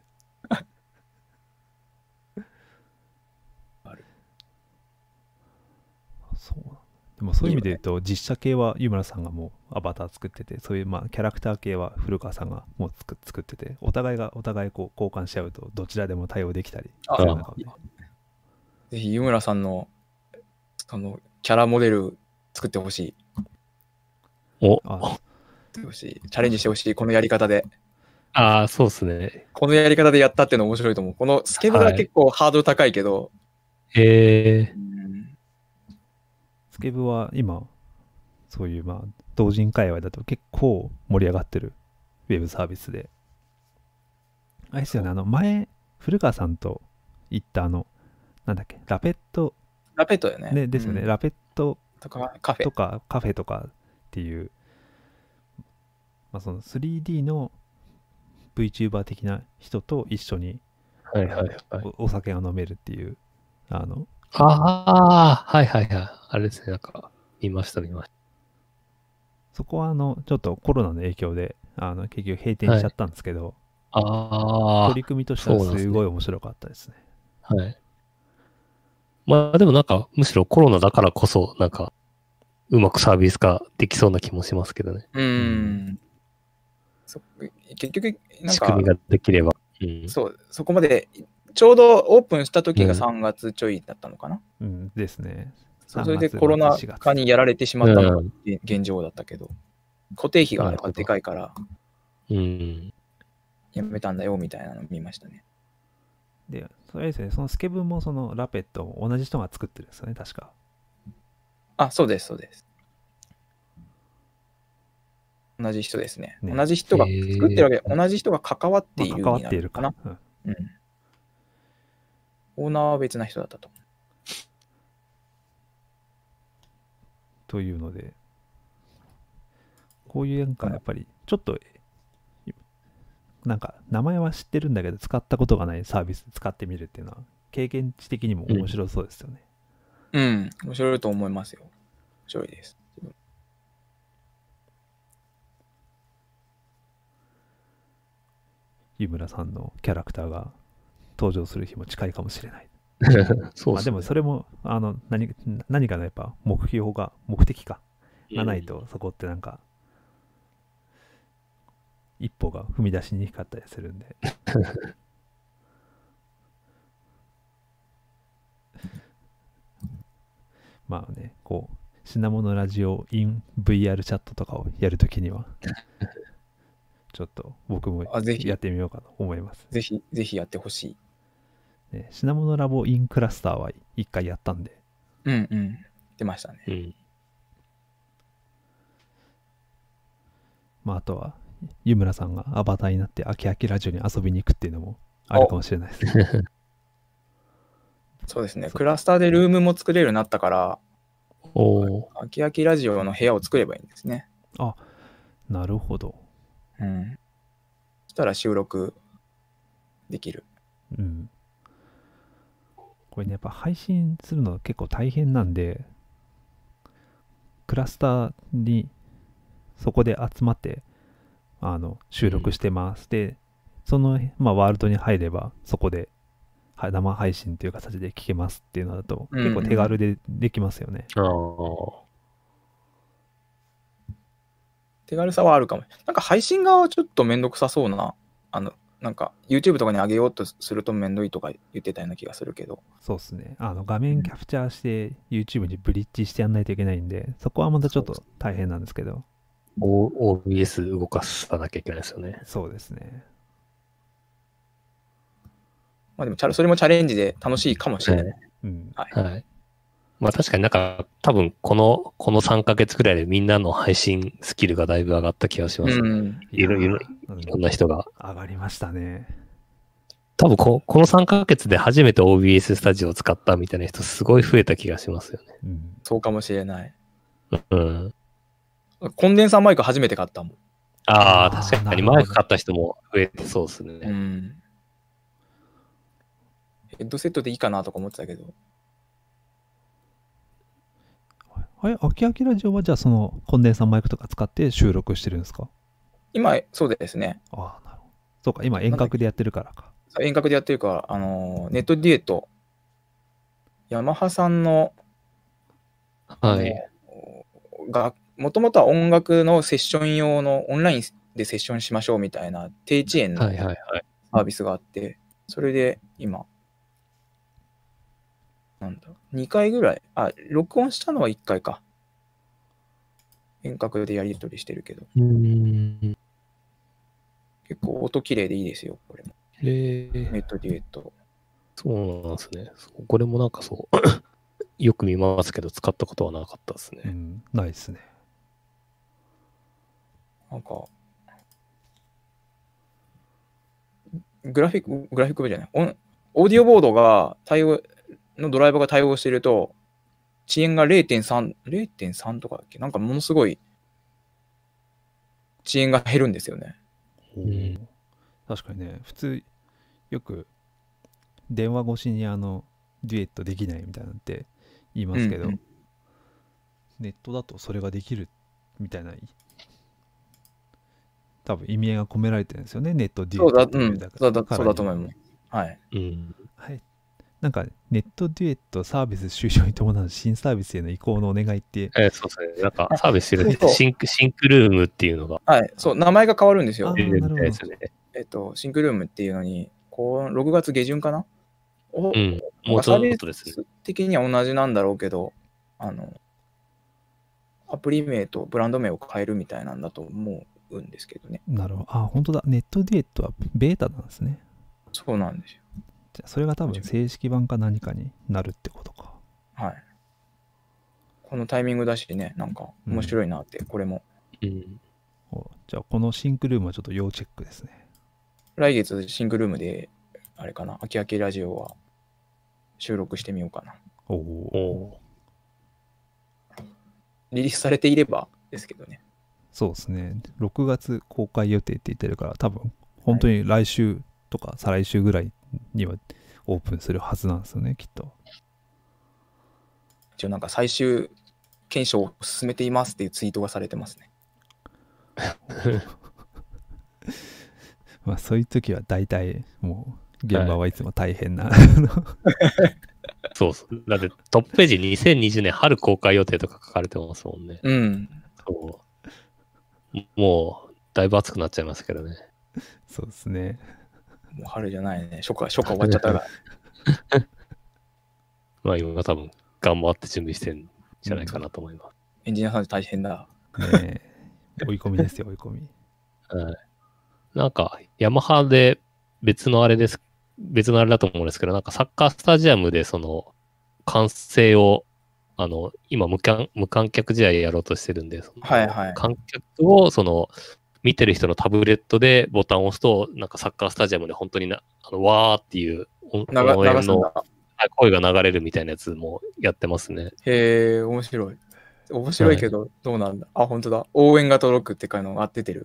Speaker 2: そうなんだ。でもそういう意味で言うと、実写系は湯村さんがもうアバター作ってて、そういうまあキャラクター系は古川さんがもう作作ってて、お互いがお互いこう交換し合うとどちらでも対応できたり
Speaker 3: あ
Speaker 2: するのかもね。
Speaker 3: ぜひ湯村さんのそのキャラモデル作ってほしい。
Speaker 1: お
Speaker 2: あ
Speaker 3: 作ってほしい。チャレンジしてほしい。このやり方で。
Speaker 1: あー、そうですね。
Speaker 3: このやり方でやったっていうの面白いと思う。このスケブが結構ハードル高いけど、
Speaker 1: へえ
Speaker 3: うん
Speaker 2: スケブは今、そういうまあ同人界隈だと結構盛り上がってるウェブサービスで。あれですよね、あの前、古川さんと行ったあの、なんだっけ、ラペット、
Speaker 3: ラペットだよね。
Speaker 2: ね、ですよね、
Speaker 3: うん
Speaker 2: ラペット
Speaker 3: とかカフェ
Speaker 2: と。かカフェとかっていう、まあ、その スリーディー の VTuber 的な人と一緒に
Speaker 1: はいはいはい。
Speaker 2: おお酒が飲めるっていう、あの、
Speaker 1: ああ、はいはいはい。あれですね、なんか、見ました見まし
Speaker 2: そこはあの、ちょっとコロナの影響で、あの、結局閉店しちゃったんですけど、
Speaker 1: た。ああ、
Speaker 2: 取り組みとしては
Speaker 1: そうなんですね
Speaker 2: すごい面白かったですね。
Speaker 1: はい。まあでもなんか、むしろコロナだからこそ、なんか、うまくサービス化できそうな気もしますけどね。
Speaker 3: うーん。そ結局、なんか
Speaker 1: 仕組み、ができれば。うん。
Speaker 3: そう、そこまで、ちょうどオープンした時が
Speaker 1: うん
Speaker 3: さんがつちょいだったのかな。
Speaker 2: うんですね。
Speaker 3: そうそれで
Speaker 2: さんがつ
Speaker 3: コロナ禍にやられてしまったのが
Speaker 1: うん
Speaker 3: 現現状だったけど、固定費がやっぱ
Speaker 1: なるほど
Speaker 3: でかいから
Speaker 1: うん。
Speaker 3: やめたんだよみたいなの見ましたね。
Speaker 2: で、それですね、そのスケブンもそのラペットを同じ人が作ってるんですよね、確か。
Speaker 3: あ、そうです、そうです。同じ人ですね。
Speaker 2: ね
Speaker 3: 同じ人が
Speaker 1: へー
Speaker 3: 作ってるわけで、同じ人が関わっている
Speaker 2: まあ関わ
Speaker 3: にな
Speaker 2: っているか
Speaker 3: るのかな。
Speaker 2: な。
Speaker 3: うん。オーナーは別な人だったと思
Speaker 2: というので、こういうなんかやっぱりちょっと、なんか名前は知ってるんだけど使ったことがないサービス使ってみるっていうのは経験値的にも面白そうですよね。
Speaker 3: う。うん、面白いと思いますよ。面白いです。
Speaker 2: 湯村さんのキャラクターが登場する日も近いかもしれない。
Speaker 1: そうですね。
Speaker 2: まあでもそれもあの何何かのやっぱ目標が目的かがないと、そこってなんか一歩が踏み出しにくかったりするんでまあね、こう品物ラジオ in ブイアール チャットとかをやるときにはちょっと僕も
Speaker 3: あ、ぜひ
Speaker 2: やってみようかと思います。
Speaker 3: ぜひ、ぜひやってほしい。
Speaker 2: ね、品物ラボ in クラスターは一回やったんで、
Speaker 3: うんうん。出ましたね。
Speaker 1: うん。
Speaker 2: まああとは湯村さんがアバターになって秋秋ラジオに遊びに行くっていうのもあるかもしれないですね。
Speaker 3: そうですね。
Speaker 2: そう
Speaker 3: クラスターでルームも作れるようになったから、
Speaker 1: おー。
Speaker 3: あきあきラジオの部屋を作ればいいんですね。
Speaker 2: なるほど。
Speaker 3: うん。そしたら収録できる。
Speaker 2: うん。これね、やっぱ配信するの結構大変なんで、クラスターにそこで集まってあの収録してます。で、その、まあ、ワールドに入ればそこでは生配信という形で聞けますっていうのだと
Speaker 3: うんうん
Speaker 2: 結構手軽でできますよね。
Speaker 1: ああ。
Speaker 3: 手軽さはあるかも。なんか配信側はちょっとめんどくさそうな、あの、なんか YouTube とかに上げようとするとめんどいとか言ってたような気がするけど。
Speaker 2: そうですね。あの画面キャプチャーして YouTube にブリッジしてやんないといけないんで、そこはまたちょっと大変なんですけど、
Speaker 1: オービーエス 動かさなきゃいけないですよね。
Speaker 2: そうですね。
Speaker 3: まあでもチャレ、それもチャレンジで楽しいかもしれない。
Speaker 2: うん。
Speaker 3: はい。
Speaker 1: はい。まあ確かになんか多分この、このさんかげつくらいでみんなの配信スキルがだいぶ上がった気がします。
Speaker 3: うん。
Speaker 1: いろいろ、
Speaker 2: いやーうん
Speaker 1: いろんな人が。
Speaker 2: 上がりましたね。
Speaker 1: 多分ここのさんかげつで初めて オービーエス スタジオを使ったみたいな人すごい増えた気がしますよね。
Speaker 2: うん。
Speaker 3: そうかもしれない。
Speaker 1: うん。
Speaker 3: コンデンサーマイク初めて買ったもん。
Speaker 1: ああ、
Speaker 2: あー
Speaker 1: 確かに
Speaker 2: なるほど
Speaker 1: マイク買った人も増えてそうですね。
Speaker 3: うん。ヘッドセットでいいかなとか思ってたけど。
Speaker 2: あれ、秋秋ラジオはじゃあそのコンデンサーマイクとか使って収録してるんですか？
Speaker 3: 今、そうですね。
Speaker 2: ああ、なるほど。そうか、今遠隔でやってるからか。
Speaker 3: 遠隔でやってるから、あのーネットデュエット、ヤマハさんの、
Speaker 1: はい。
Speaker 3: あのが、もともとは音楽のセッション用のオンラインでセッションしましょうみたいな低遅延の
Speaker 1: はいはいはい。
Speaker 3: サービスがあって、それで今、なんだ、にかいぐらい、あ、録音したのはいっかいか。遠隔でやり取りしてるけど、
Speaker 1: うーん。
Speaker 3: 結構音綺麗でいいですよ、これも。
Speaker 1: えー、
Speaker 3: ネットデュエット。
Speaker 1: そうなんですね。そうこれもなんかそう、よく見ますけど使ったことはなかったですね。
Speaker 2: うん、ないっすね。
Speaker 3: なんか、グラフィック、グラフィック部じゃない。オンオーディオボードが対応、のドライバーが対応していると、遅延が れいてんさん、れいてんさんとかだっけなんかものすごい遅延が減るんですよね。
Speaker 1: ん
Speaker 2: 確かにね、普通、よく電話越しにあの、デュエットできないみたいなんて言いますけど、
Speaker 3: うんうん
Speaker 2: ネットだとそれができるみたいな、多分意味合いが込められてるんですよね、ネットデュエ
Speaker 3: そうだ、
Speaker 2: ットって
Speaker 3: うん、
Speaker 2: いうだ
Speaker 3: そうだ、
Speaker 2: から
Speaker 3: そうだと思います。はい。
Speaker 1: うん。
Speaker 2: はい。なんか、ネットデュエットサービス終了に伴う新サービスへの移行のお願いって、
Speaker 1: えーそうですね。なんかサービスしてる
Speaker 3: そうそう
Speaker 1: シンク、シンクルームっていうのが
Speaker 3: はい。そう、名前が変わるんですよ
Speaker 2: あ。
Speaker 1: 出てるみたい
Speaker 2: なるほ
Speaker 1: ですね。
Speaker 3: えっと、シンクルームっていうのに、こうろくがつ下旬かなお
Speaker 1: うん。もうち
Speaker 3: サービ
Speaker 1: ょっとですね。
Speaker 3: ス的には同じなんだろうけど、あの、アプリ名とブランド名を変えるみたいなんだと思うんですけどね。
Speaker 2: なるほど。あ、本当だ。ネットデュエットはベータなんですね。
Speaker 3: そうなんですよ。
Speaker 2: じゃあそれが多分正式版か何かになるってことか。
Speaker 3: はい。このタイミングだしね、なんか面白いなって、これも。
Speaker 1: うん。
Speaker 2: おじゃあこのシンクルームはちょっと要チェックですね。
Speaker 3: 来月シングルームで、あれかな、秋秋ラジオは収録してみようかな。
Speaker 2: おお。
Speaker 1: お
Speaker 3: リリースされていればですけどね。
Speaker 2: そうですね。ろくがつ公開予定って言ってるから多分本当に来週とか再来週ぐらいにはオープンするはずなんですよね、きっと。
Speaker 3: 一応なんか最終検証を進めていますっていうツイートがされてますね。
Speaker 2: まあそういう時は大体もう現場はいつも大変な、
Speaker 1: そうっす。だってトップページにせんにじゅうねん春公開予定とか書かれてますもんね。
Speaker 3: うん。
Speaker 1: そうもう、だいぶ暑くなっちゃいますけどね。
Speaker 2: そうですね。
Speaker 3: もう春じゃないね。初夏、初夏終わっちゃったから。
Speaker 1: まあ今多分頑張って準備してるんじゃないかなと思います。
Speaker 3: エンジニアさん大変だ。
Speaker 2: ねえ追い込みですよ、追い込み。
Speaker 1: はい。なんか、ヤマハで別のあれです、別のあれだと思うんですけど、なんかサッカースタジアムでその、歓声を、あの、今無観、無観客試合やろうとしてるんで、その
Speaker 3: はいはい。
Speaker 1: 観客を、その、見てる人のタブレットでボタンを押すと、なんかサッカースタジアムで本当にな、あの、わーっていう音
Speaker 3: 流
Speaker 1: 応援の
Speaker 3: 流すんだ。
Speaker 1: 声が流れるみたいなやつもやってますね。
Speaker 3: へえ、面白い。面白いけど、どうなんだ。あ、本当だ。応援が届くっていうのが出てる。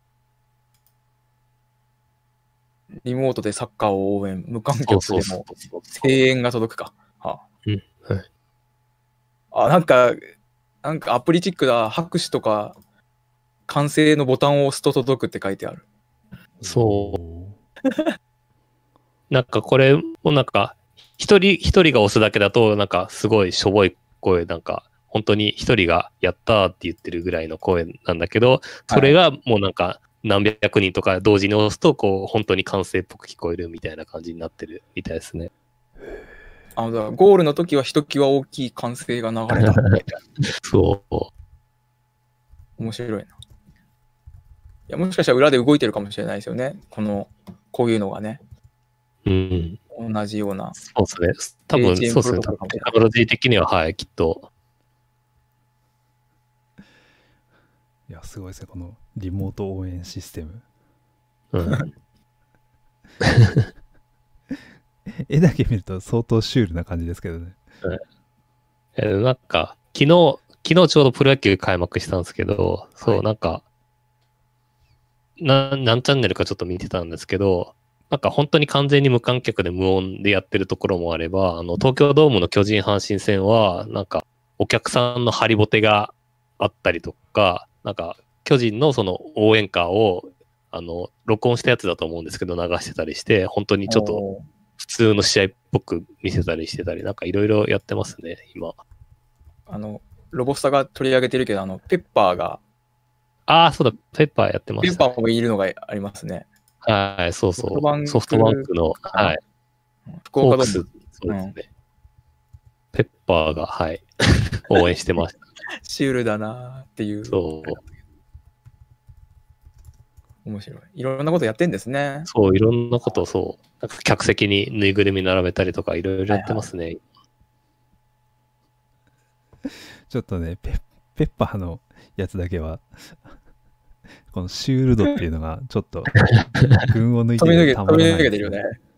Speaker 3: リモートでサッカーを応援、無観客で
Speaker 1: そうそう
Speaker 3: も
Speaker 1: そうそう。
Speaker 3: 声援が届くか。は
Speaker 1: うんはい
Speaker 3: あ、あ、なんか、なんかアプリチックだ。拍手とか、歓声のボタンを押すと届くって書いてある。
Speaker 1: そう。なんかこれもなんか、一人一人が押すだけだと、なんかすごいしょぼい声、なんか本当に一人がやったーって言ってるぐらいの声なんだけど、それがもうなんか何百人とか同時に押すと、こう本当に歓声っぽく聞こえるみたいな感じになってるみたいですね。
Speaker 3: あ、だからゴールの時はひときわ大きい歓声が流れた。
Speaker 1: そう。
Speaker 3: 面白いな。いや、もしかしたら裏で動いてるかもしれないですよね。この、こういうのがね。
Speaker 1: うん。
Speaker 3: 同じような。
Speaker 1: そうですね。多分、そうですね。テクノロジー的には、はい、きっと。
Speaker 2: いや、すごいですね。このリモート応援システム。
Speaker 1: うん。
Speaker 2: 絵だけ見ると相当シュールな感じですけどね。
Speaker 1: はい、えー、なんか、昨日、昨日ちょうどプロ野球開幕したんですけど、そう、はい、なんか、な、何チャンネルかちょっと見てたんですけど、なんか本当に完全に無観客で無音でやってるところもあれば、あの、東京ドームの巨人阪神戦は、なんか、お客さんのハリボテがあったりとか、なんか、巨人のその応援歌を、あの、録音したやつだと思うんですけど、流してたりして、本当にちょっと、普通の試合っぽく見せたりしてたり、なんかいろいろやってますね、今。
Speaker 3: あの、ロボスタが取り上げてるけど、あの、ペッパーが、
Speaker 1: ああ、そうだ、ペッパーやってました、
Speaker 3: ね。ペッパーもいるのがありますね。
Speaker 1: はい、そうそう。ソフトバンク、ソフトバンクの、はい。
Speaker 3: 福岡ドーム。
Speaker 1: そうですね。うん、ペッパーが、はい、応援してました。
Speaker 3: シュールだなーっていう。
Speaker 1: そう。
Speaker 3: 面白い。いろんなことやってんですね。
Speaker 1: そう、いろんなことをそう。なんか客席にぬいぐるみ並べたりとか、いろいろやってますね。はい
Speaker 2: はい、ちょっとね、ペッ、ペッパーのやつだけは、このシュール度っていうのがちょっと群を抜いてるたまらないですよね。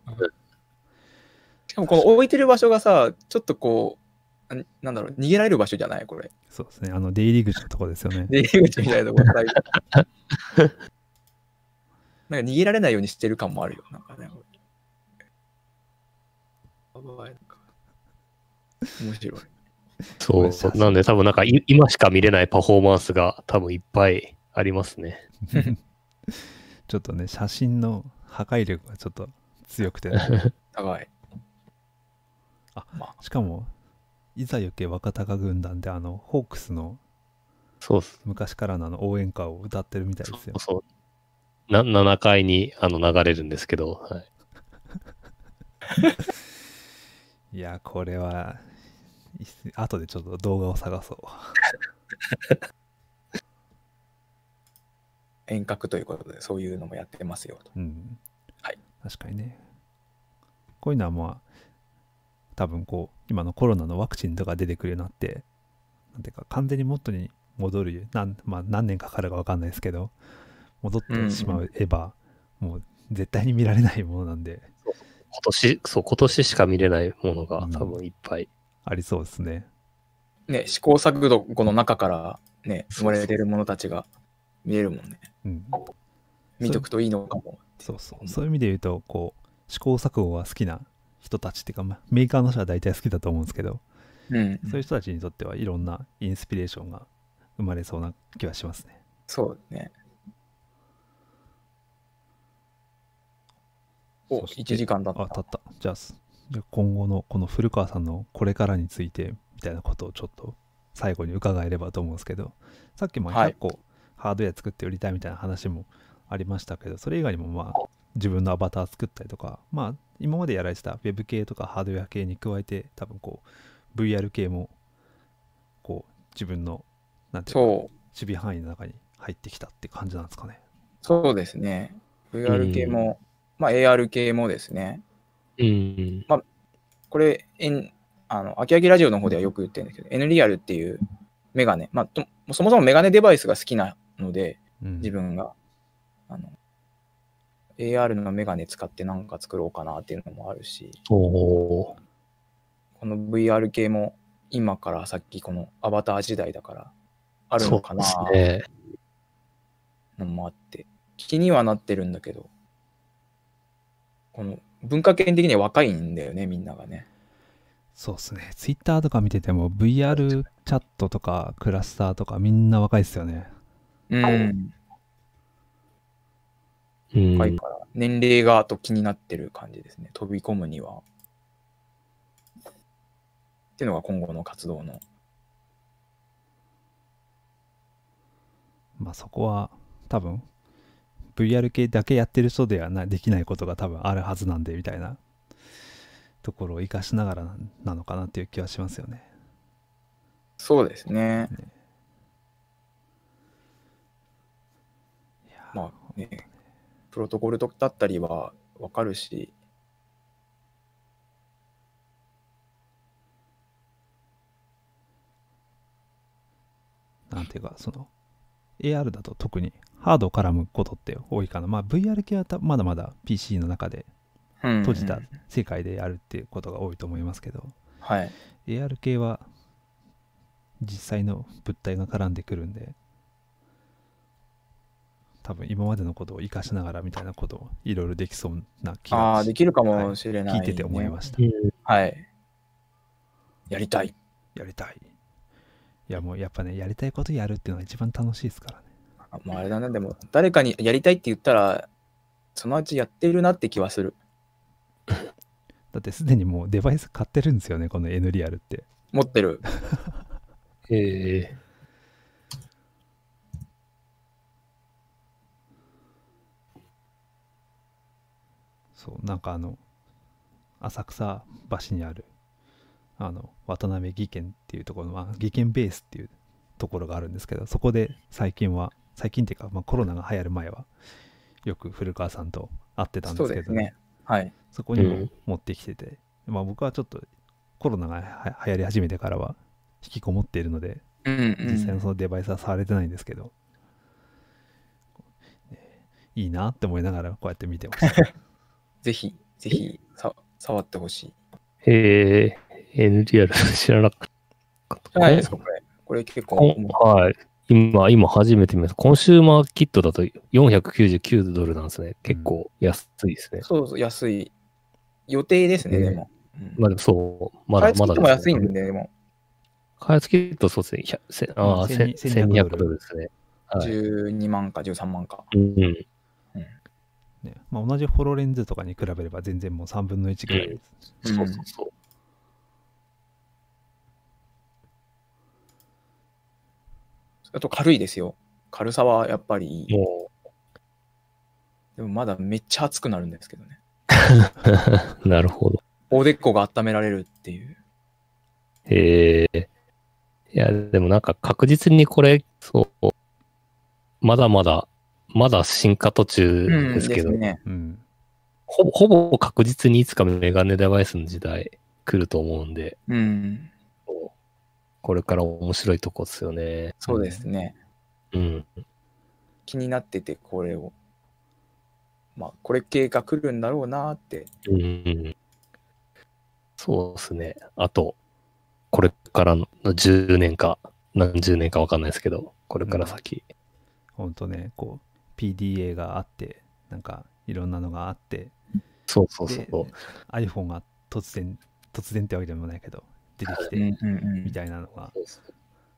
Speaker 3: しかもこの置いてる場所がさ、ちょっとこう、なんだろう、逃げられる場所じゃないこれ。
Speaker 2: そうですね。あの、出入り口のとこですよね。
Speaker 3: 出入り口みたいなところなんか逃げられないようにしてる感もあるよ。なんかね。面白い。
Speaker 1: そう。なんで多分なんか今しか見れないパフォーマンスが多分いっぱいありますね。
Speaker 2: ちょっとね、写真の破壊力がちょっと強くて、ね、
Speaker 3: 高い。
Speaker 2: あ、まあ、しかも、いざよけ若鷹軍団であの、ホークスの
Speaker 1: そうす
Speaker 2: 昔からのあの応援歌を歌ってるみたいですよ。
Speaker 1: そうそうなななかいにあの流れるんですけど、はい、
Speaker 2: いや、これは、後でちょっと動画を探そう。
Speaker 3: 遠隔ということで、そういうのもやってますよと。
Speaker 2: うん。
Speaker 3: はい。
Speaker 2: 確かにね。こういうのはまあ、多分こう、今のコロナのワクチンとか出てくるようになって、なんていうか、完全に元に戻る、なん、まあ、何年かかるか分かんないですけど、戻ってしまえば、うんうん、もう絶対に見られないものなんで。
Speaker 1: 今年、そう、今年しか見れないものが多分いっぱい、うん、
Speaker 2: ありそうですね。
Speaker 3: ね、試行錯誤の中からね、生まれてるものたちが見えるもんね。うん。見とくといいのかも。
Speaker 2: そうそう。そういう意味で言うと、こう、試行錯誤が好きな人たちっていうか、まあ、メーカーの人は大体好きだと思うんですけど、うん、そういう人たちにとってはいろんなインスピレーションが生まれそうな気はしますね。
Speaker 3: そうね。お、いちじかんだった。
Speaker 2: あ、経った。じゃあ、じゃあ今後のこの古川さんのこれからについてみたいなことをちょっと最後に伺えればと思うんですけど、さっきもひゃっこハードウェア作って売りたいみたいな話もありましたけど、それ以外にもまあ自分のアバター作ったりとか、まあ今までやられてた Web 系とかハードウェア系に加えて、多分こう ブイアール 系もこう自分のなんていうか守備範囲の中に入ってきたって感じなんですかね。
Speaker 3: そうですね。ブイアール 系も、まあ エーアール 系もですね。
Speaker 1: うん。
Speaker 3: まあこれ、あの、秋秋ラジオの方ではよく言ってるんですけど、エヌリアル っていうメガネ、まあと、そもそもメガネデバイスが好きなので、うん、自分が、あの、エーアール のメガネ使って何か作ろうかなっていうのもあるし、
Speaker 1: お
Speaker 3: この ブイアール 系も今からさっきこのアバター時代だからあるのかなってのもあって、気にはなってるんだけど、この文化圏的には若いんだよね、みんながね。
Speaker 2: そうですね。ツイッターとか見てても ブイアール チャットとかクラスターとかみんな若いですよね。
Speaker 3: うん。若いから年齢がと気になってる感じですね。飛び込むには。っていうのが今後の活動の。
Speaker 2: まあそこは多分 ブイアール 系だけやってる人ではなできないことが多分あるはずなんでみたいなところを生かしながらなのかなっていう気はしますよね。
Speaker 3: そうですね。ねまあね、プロトコルだったりは分かるし、
Speaker 2: なんていうか、その、エーアール だと特にハードを絡むことって多いかな。まあ ブイアール 系はたまだまだ ピーシー の中で
Speaker 3: うん
Speaker 2: 閉じた世界でやるっていうことが多いと思いますけど、
Speaker 3: はい。
Speaker 2: エーアール 系は実際の物体が絡んでくるんで、多分今までのことを活かしながらみたいなことをいろいろできそうな気
Speaker 3: ああ、
Speaker 2: がし
Speaker 3: できるか
Speaker 2: は
Speaker 3: もしれない、ね
Speaker 2: 聞いてて思いました。
Speaker 3: はい。やりたい。
Speaker 2: やりたい。いやもうやっぱね、やりたいことやるっていうのが一番楽しいですからね。
Speaker 3: あもうあれだな、でも、誰かにやりたいって言ったら、そのうちやってるなって気はする。
Speaker 2: だってすでにもうデバイス買ってるんですよね、この N リアルって。
Speaker 3: 持ってる。
Speaker 1: へえ。
Speaker 2: そう、なんかあの、浅草橋にある、あの、渡辺技研っていうところの、まあ、技研ベースっていうところがあるんですけど、そこで最近は、最近っていうか、まあ、コロナが流行る前は、よく古川さんと会ってたんですけど、
Speaker 3: そうですね。はい。
Speaker 2: そこにも持ってきてて、まあ僕はちょっとコロナがは流行り始めてからは引きこもっているので、
Speaker 3: うんうん、
Speaker 2: 実際のそのデバイスは触れてないんですけど、いいなって思いながらこうやって見てました。
Speaker 3: ぜひ、ぜひさ、触ってほしい。
Speaker 1: へえ、N リアル知らなかった。
Speaker 3: じゃないですか、これ。これ結構
Speaker 1: こん
Speaker 3: 重い。
Speaker 1: はい。今、今初めて見ました。コンシューマーキットだとよんひゃくきゅうじゅうきゅうドルなんですね。結構安いですね。
Speaker 3: そうそう、安い。予定ですね、
Speaker 1: えー
Speaker 3: でも。うん
Speaker 1: まあでもそう、まだまだ
Speaker 3: 買い付けても安いん
Speaker 1: で
Speaker 3: で、でも、
Speaker 1: 開発キットそうですね。ひゃせああ、
Speaker 2: うんせんにひゃく
Speaker 1: せんにひゃくドルですね。はい。
Speaker 3: じゅうにまんかじゅうさんまんか。
Speaker 1: うんうん。
Speaker 2: ねまあ、同じホロレンズとかに比べれば全然もうさんぶんのいちくらいです。
Speaker 1: そうそうそう。
Speaker 3: あと軽いですよ。軽さはやっぱりいい。
Speaker 1: も
Speaker 3: でもまだめっちゃ熱くなるんですけどね。
Speaker 1: う、なるほど。
Speaker 3: おでこが温められるっていう。
Speaker 1: へえ。いや、でもなんか確実にこれ、そう、まだまだ、まだ進化途中ですけど、
Speaker 3: うん、ですね。
Speaker 2: うん。
Speaker 1: ほぼ、ほぼ確実にいつかメガネデバイスの時代来ると思うんで、
Speaker 3: うん。
Speaker 1: これから面白いとこですよね。
Speaker 3: そうですね。
Speaker 1: うん。
Speaker 3: 気になってて、これを。まあ、これ系が来るんだろうなって。
Speaker 1: うんうん。そうですね。あと、これからのじゅうねんか、何十年かわかんないですけど、これから先。
Speaker 2: ほんとね、こう、ピーディーエー があって、なんかいろんなのがあって、
Speaker 1: そうそうそ
Speaker 2: で
Speaker 1: う。
Speaker 2: iPhone が突然、突然ってわけでもないけど、出てきて、
Speaker 3: うんうんうん
Speaker 2: みたいなのが、
Speaker 1: そうそう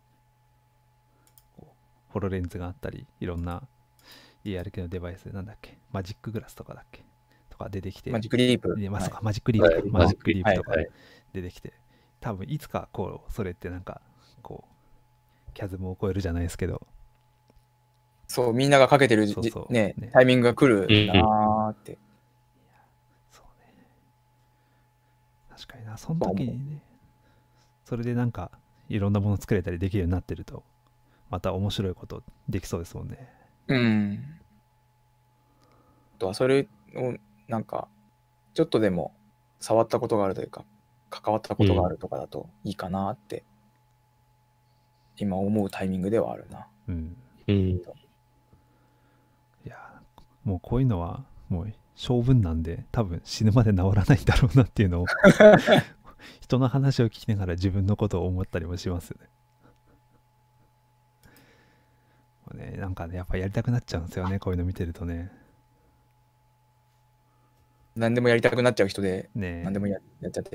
Speaker 2: ホロレンズがあったり、いろんな エーアール 系のデバイス、なんだっけ、マジックグラスとかだっけ、とか出てきて、
Speaker 3: マジックリープ。
Speaker 2: でまあ、そう
Speaker 3: は
Speaker 2: かマジックリープか、
Speaker 1: はい
Speaker 2: マジックリープとか
Speaker 1: はいはい
Speaker 2: 出てきて、多分いつかこう、それってなんか、こう、キャズムを超えるじゃないですけど、
Speaker 3: い、そう、みんながかけてるじ
Speaker 2: そうそう
Speaker 3: ね
Speaker 2: ね
Speaker 3: タイミングが来るんだなーって。
Speaker 2: そうね。確かにな、その時にね、それでなんか、いろんなもの作れたりできるようになってると、また面白いことできそうですもんね。
Speaker 3: うん。あとはそれをなんかちょっとでも触ったことがあるというか関わったことがあるとかだといいかなって今思うタイミングではあるな。
Speaker 2: うん。
Speaker 1: うん。
Speaker 2: いや、もうこういうのは、もう性分なんで、多分死ぬまで治らないんだろうなっていうのを、人の話を聞きながら自分のことを思ったりもしますよね。もうね、なんかね、やっぱやりたくなっちゃうんですよね、こういうの見てるとね。
Speaker 3: 何でもやりたくなっちゃう人で
Speaker 2: ねえ
Speaker 3: 何でもややっちゃって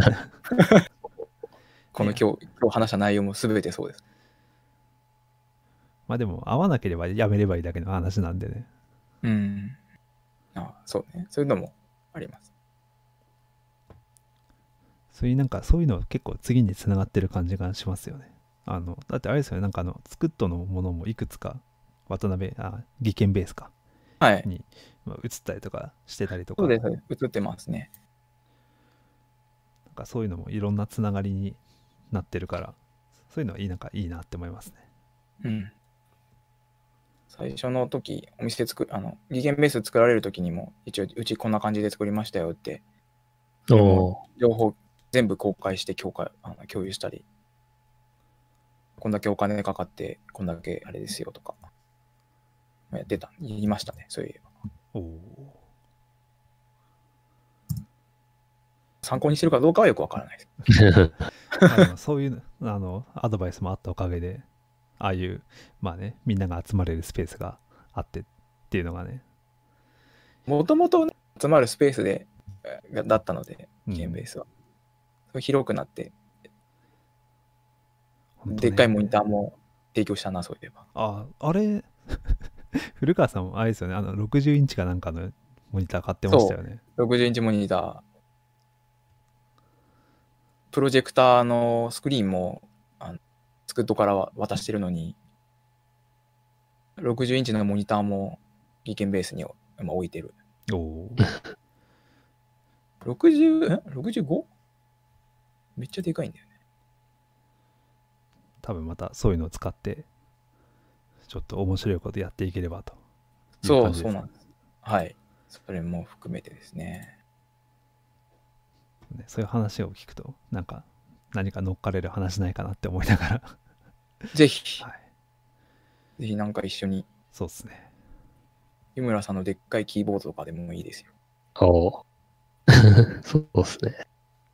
Speaker 3: この今日今日話した内容も全てそうです。
Speaker 2: まあでも、合わなければやめればいいだけの話なんでね。
Speaker 3: うん。あそうね。そういうのもあります。
Speaker 2: そういうなんか、そういうの結構次につながってる感じがしますよね。あの、だってあれですよね、なんかあの、スクットのものもいくつか、渡辺、あ、技研ベースか、
Speaker 3: はい。
Speaker 2: に、まあ、映ったりとかしてたりとか、
Speaker 3: そうです。そうです映ってますね。
Speaker 2: なんかそういうのもいろんなつながりになってるから、そういうのはいいなんかいいなって思いますね。
Speaker 3: うん。最初の時、お店作る、あの、技研ベース作られる時にも、一応、うちこんな感じで作りましたよって、それも
Speaker 1: おー
Speaker 3: 情報全部公開して共開あの共有したり、 こんだけお金かかって、こんだけあれですよとか、やってた、言いましたね、そういえば。
Speaker 2: おお。
Speaker 3: 参考にしてるかどうかはよくわからないです。
Speaker 2: まあでもそういうあのアドバイスもあったおかげで、ああいうまあね、みんなが集まれるスペースがあってっていうのがね。
Speaker 3: もともと集まるスペースでだったので、
Speaker 2: うん
Speaker 3: ゲームベースは。広くなって、
Speaker 2: 本当ね
Speaker 3: でっかいモニターも提供したな、そういえば。
Speaker 2: あ、あれ、古川さんもあれですよね、あのろくじゅうインチかなんかのモニター買ってましたよね。
Speaker 3: ろくじゅうインチモニター。プロジェクターのスクリーンもあのスクッドからは渡してるのに、ろくじゅうインチのモニターもギーケンベースに今置いてる。
Speaker 2: おお。
Speaker 3: ろくじゅう、え ?ろくじゅうご? めっちゃでかいんだよね。
Speaker 2: 多分またそういうのを使って、ちょっと面白いことやっていければという
Speaker 3: そう、
Speaker 2: 感じです。
Speaker 3: そうなんです。はい。それも含めてですね。
Speaker 2: ね、そういう話を聞くと、なんか何か乗っかれる話ないかなって思いながら。
Speaker 3: ぜひ、
Speaker 2: はい。
Speaker 3: ぜひなんか一緒に、
Speaker 2: そうですね。
Speaker 3: 湯村さんのでっかいキーボードとかでもいいですよ。
Speaker 1: おお。そうですね。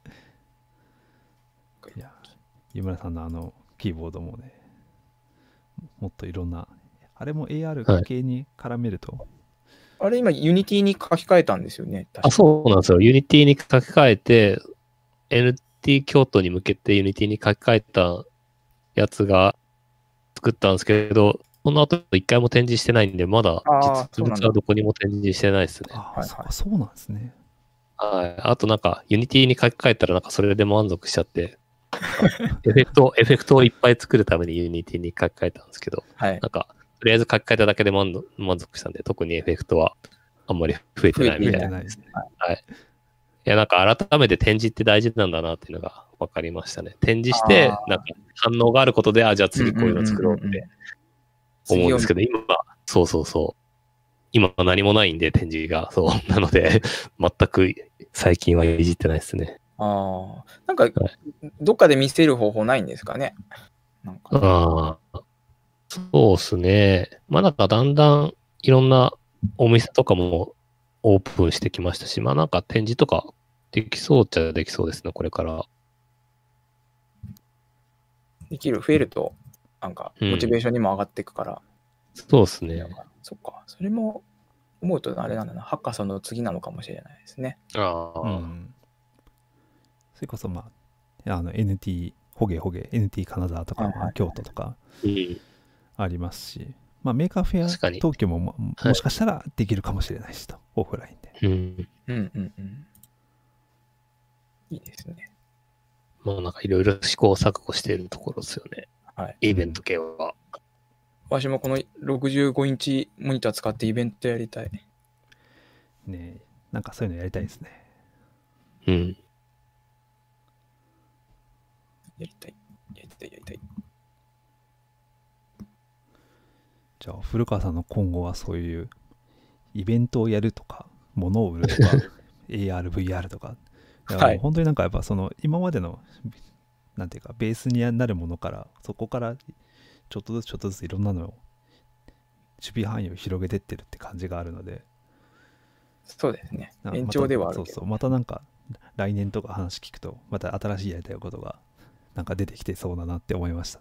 Speaker 2: いや、湯村さんのあのキーボードもね、もっといろんな、あれも エーアール 系に絡めると、はい、
Speaker 3: あれ今、ユニティに書き換えたんですよね。
Speaker 1: あ、そうなんですよ。ユニティに書き換えて、エヌティー 京都に向けてユニティに書き換えたやつが作ったんですけど、その後一回も展示してないんで、まだ実物はどこにも展示してないですね。
Speaker 2: ああ、そうか、そうなんですね。
Speaker 1: はい。あとなんか、ユニティに書き換えたらなんかそれで満足しちゃって、エフェクト、エフェクトをいっぱい作るためにユニティに書き換えたんですけど、
Speaker 3: はい、
Speaker 1: なんか、とりあえず書き換えただけで満足したんで、特にエフェクトはあんまり増えてないみたいなですね。はい。いや、なんか改めて展示って大事なんだなっていうのが分かりましたね。展示して、なんか反応があることで、あ、じゃあ次こういうの作ろうって思うんですけど、今、そうそうそう。今は何もないんで、展示が。そう。なので、全く最近はいじってないですね。
Speaker 3: ああ。なんか、はい、どっかで見せる方法ないんですかね。
Speaker 1: なんかああ。そうですね。まあなんかだんだんいろんなお店とかもオープンしてきましたし、まあなんか展示とかできそうっちゃできそうですね、これから。
Speaker 3: できる、増えると、なんか、モチベーションにも上がっていくから。
Speaker 1: うん、そうですね。
Speaker 3: そっか。それも思うとあれなんだな、ハッカソンの次なのかもしれないですね。
Speaker 1: ああ。うん、
Speaker 2: それこそまあ、あの エヌティー、ほげほげ、エヌティー 金沢とか、はいはい、京都とかありますし、まあメーカーフェア東京も、ま、もしかしたらできるかもしれないしと、はい、オフラインで。
Speaker 3: うんうんうんうん。いいですね。
Speaker 1: まあなんかいろいろ試行錯誤しているところですよね。
Speaker 3: はい。
Speaker 1: イベント系は。
Speaker 3: 私もこのろくじゅうごインチモニター使ってイベントやりたい。
Speaker 2: ねえ、なんかそういうのやりたいですね。
Speaker 1: うん。
Speaker 3: やりたい。やりたい、やりたい。
Speaker 2: じゃあ、古川さんの今後はそういうイベントをやるとか、物を売るとか、エーアール、ブイアール とか、はい、本当になんかやっぱその今までのなんていうかベースになるものからそこからちょっとずつちょっとずついろんなのを守備範囲を広げてってるって感じがあるので、
Speaker 3: そうですね。延長ではあるけど、ね、
Speaker 2: そうそう、またなんか来年とか話聞くとまた新しいやりたいことがなんか出てきてそうだなって思いました。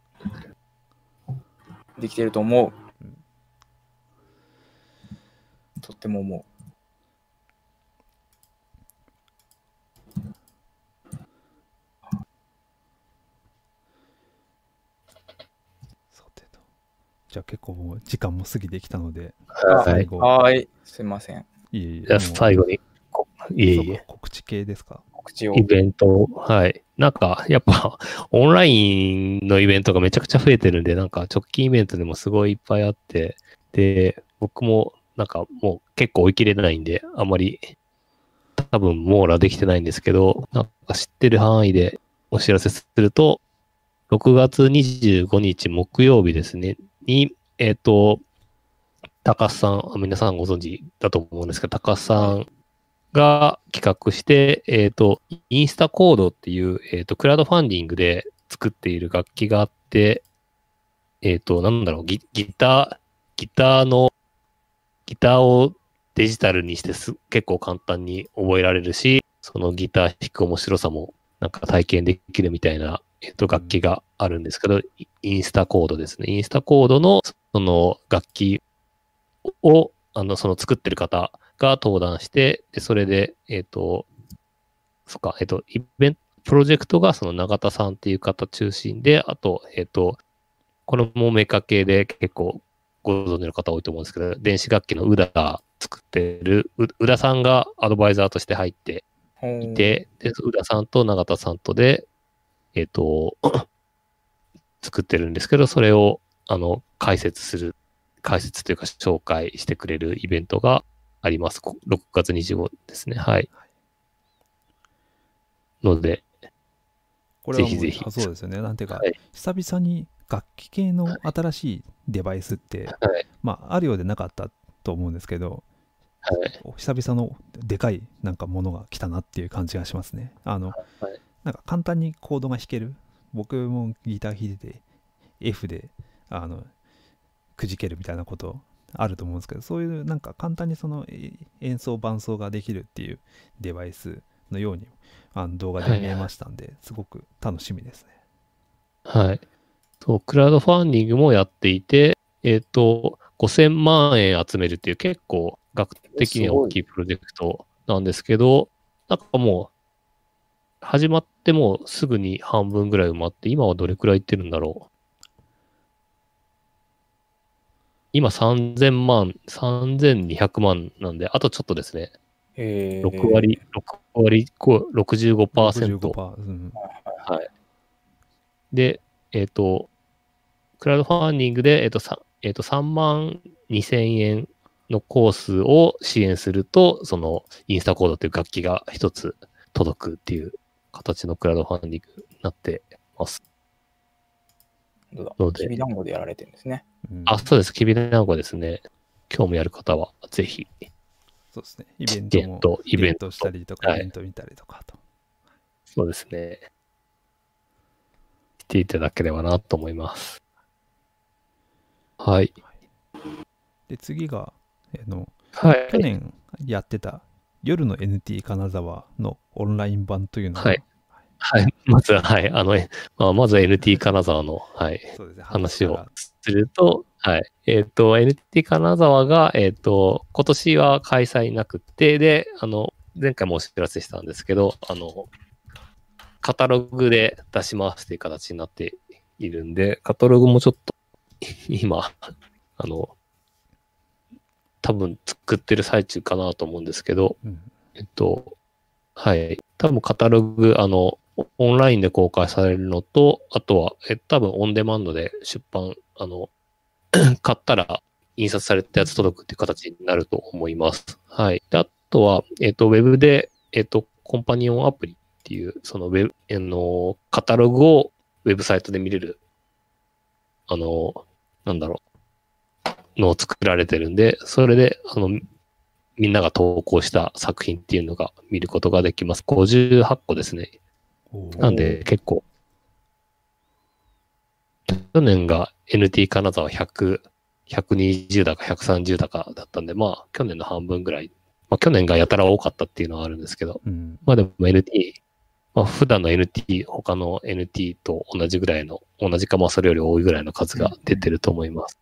Speaker 3: できてると思う、うん、とっても思う。
Speaker 2: じゃあ結構もう時間も過ぎてきたので、
Speaker 3: 最後。はい、すいません。
Speaker 1: いえいえ。じゃあ最後に、いえいえ。
Speaker 2: 告知系ですか？
Speaker 3: 告知を。
Speaker 1: イベント、はい。なんか、やっぱ、オンラインのイベントがめちゃくちゃ増えてるんで、なんか直近イベントでもすごいいっぱいあって、で、僕もなんかもう結構追い切れないんで、あんまり多分網羅できてないんですけど、なんか知ってる範囲でお知らせすると、ろくがつにじゅうごにち木曜日ですね、に、えっと、高須さん、皆さんご存知だと思うんですけど、高須さんが企画して、えっと、インスタコードっていう、えっと、クラウドファンディングで作っている楽器があって、えっと、なんだろう、ギ、ギター、ギターの、ギターをデジタルにしてす結構簡単に覚えられるし、そのギター弾く面白さもなんか体験できるみたいな、えっと、楽器があるんですけど、インスタコードですね。インスタコードのその楽器を、あの、その作ってる方が登壇して、で、それで、えっと、そっか、えっと、イベント、プロジェクトがその永田さんっていう方中心で、あと、えっと、これもメカ系で結構ご存知の方多いと思うんですけど、電子楽器の宇田作ってる、う宇田さんがアドバイザーとして入っていて、で、宇田さんと永田さんとで、えっと、作ってるんですけど、それを、あの、解説する、解説というか紹介してくれるイベントがあります。ろくがつにじゅうごですね。はい。ので、
Speaker 2: これはもう
Speaker 1: ぜひぜひ
Speaker 2: あそうですよね。なんていうか、
Speaker 1: はい
Speaker 2: 久々に楽器系の新しいデバイスって、
Speaker 1: はい。
Speaker 2: まあ、あるようでなかったと思うんですけど、
Speaker 1: はい。
Speaker 2: 久々のでかいなんかものが来たなっていう感じがしますね。あの、
Speaker 1: はい
Speaker 2: なんか簡単にコードが弾ける。僕もギター弾いてて F であのくじけるみたいなことあると思うんですけど、そういうなんか簡単にそのえ演奏伴奏ができるっていうデバイスのようにあの動画で見えましたんで、すごく楽しみですね。
Speaker 1: はい。そう、クラウドファンディングもやっていて、えっと、ごせんまんえん集めるっていう結構額的には大きいプロジェクトなんですけど、なんかもう、始まってもうすぐに半分ぐらい埋まって、今はどれくらいいってるんだろう。今さんぜんまん、さんぜんにひゃくまんなんで、あとちょっとですね。
Speaker 3: えー、
Speaker 1: ろくわり、ろくわり、こうろくじゅうごパーセント。
Speaker 2: ろくじゅうごパーセント、うん、
Speaker 1: はい。で、えっと、クラウドファンディングで、えっと、さえっと、さんまんにせんえんのコースを支援すると、そのインスタコードという楽器が一つ届くっていう形のクラウドファンディングになってます。
Speaker 3: どうだ
Speaker 1: ので
Speaker 3: きびだんごでやられてるんですね。
Speaker 2: うん
Speaker 1: あ、そうです。きびだんごですね。興味ある方は、ぜひ、
Speaker 2: そうですね。イベン
Speaker 1: ゲ
Speaker 2: トも
Speaker 1: ット、イベント
Speaker 2: ゲットしたりとか、
Speaker 1: はい
Speaker 2: イベント見たりとかと。
Speaker 1: そうですね。していただければなと思います。はい。
Speaker 2: で、次が、あの、
Speaker 1: はい。
Speaker 2: 去年やってた夜の エヌティー 金沢のオンライン版というのが、
Speaker 1: はいはい。まずは、はい。あの、えまあ、まずは エヌティー 金沢の、はい。
Speaker 2: そうですね、
Speaker 1: 話を
Speaker 2: から
Speaker 1: すると、はい。えっ、と、エヌティー 金沢が、えっ、と、今年は開催なくって、で、あの、前回もお知らせしたんですけど、あの、カタログで出しますっていう形になっているんで、カタログもちょっと、今、あの、多分作ってる最中かなと思うんですけど、
Speaker 2: うん、
Speaker 1: えっと、はい。多分カタログ、あの、オンラインで公開されるのと、あとは、え多分オンデマンドで出版、あの、買ったら印刷されたやつ届くっていう形になると思います。はい。であとは、えっと、ウェブで、えっと、コンパニオンアプリっていう、そのウェブ、あの、カタログをウェブサイトで見れる、あの、なんだろう、のを作られてるんで、それで、あの、みんなが投稿した作品っていうのが見ることができます。ごじゅうはっこですね。
Speaker 2: おー
Speaker 1: なんで結構、去年が エヌティー 金沢ひゃく、ひゃくにじゅうだかひゃくさんじゅうだかだったんで、まあ去年の半分ぐらい、まあ去年がやたら多かったっていうのはあるんですけど、
Speaker 2: うん、
Speaker 1: まあでも エヌティー、まあ普段の エヌティー、他の エヌティー と同じぐらいの、同じかまあそれより多いぐらいの数が出てると思います。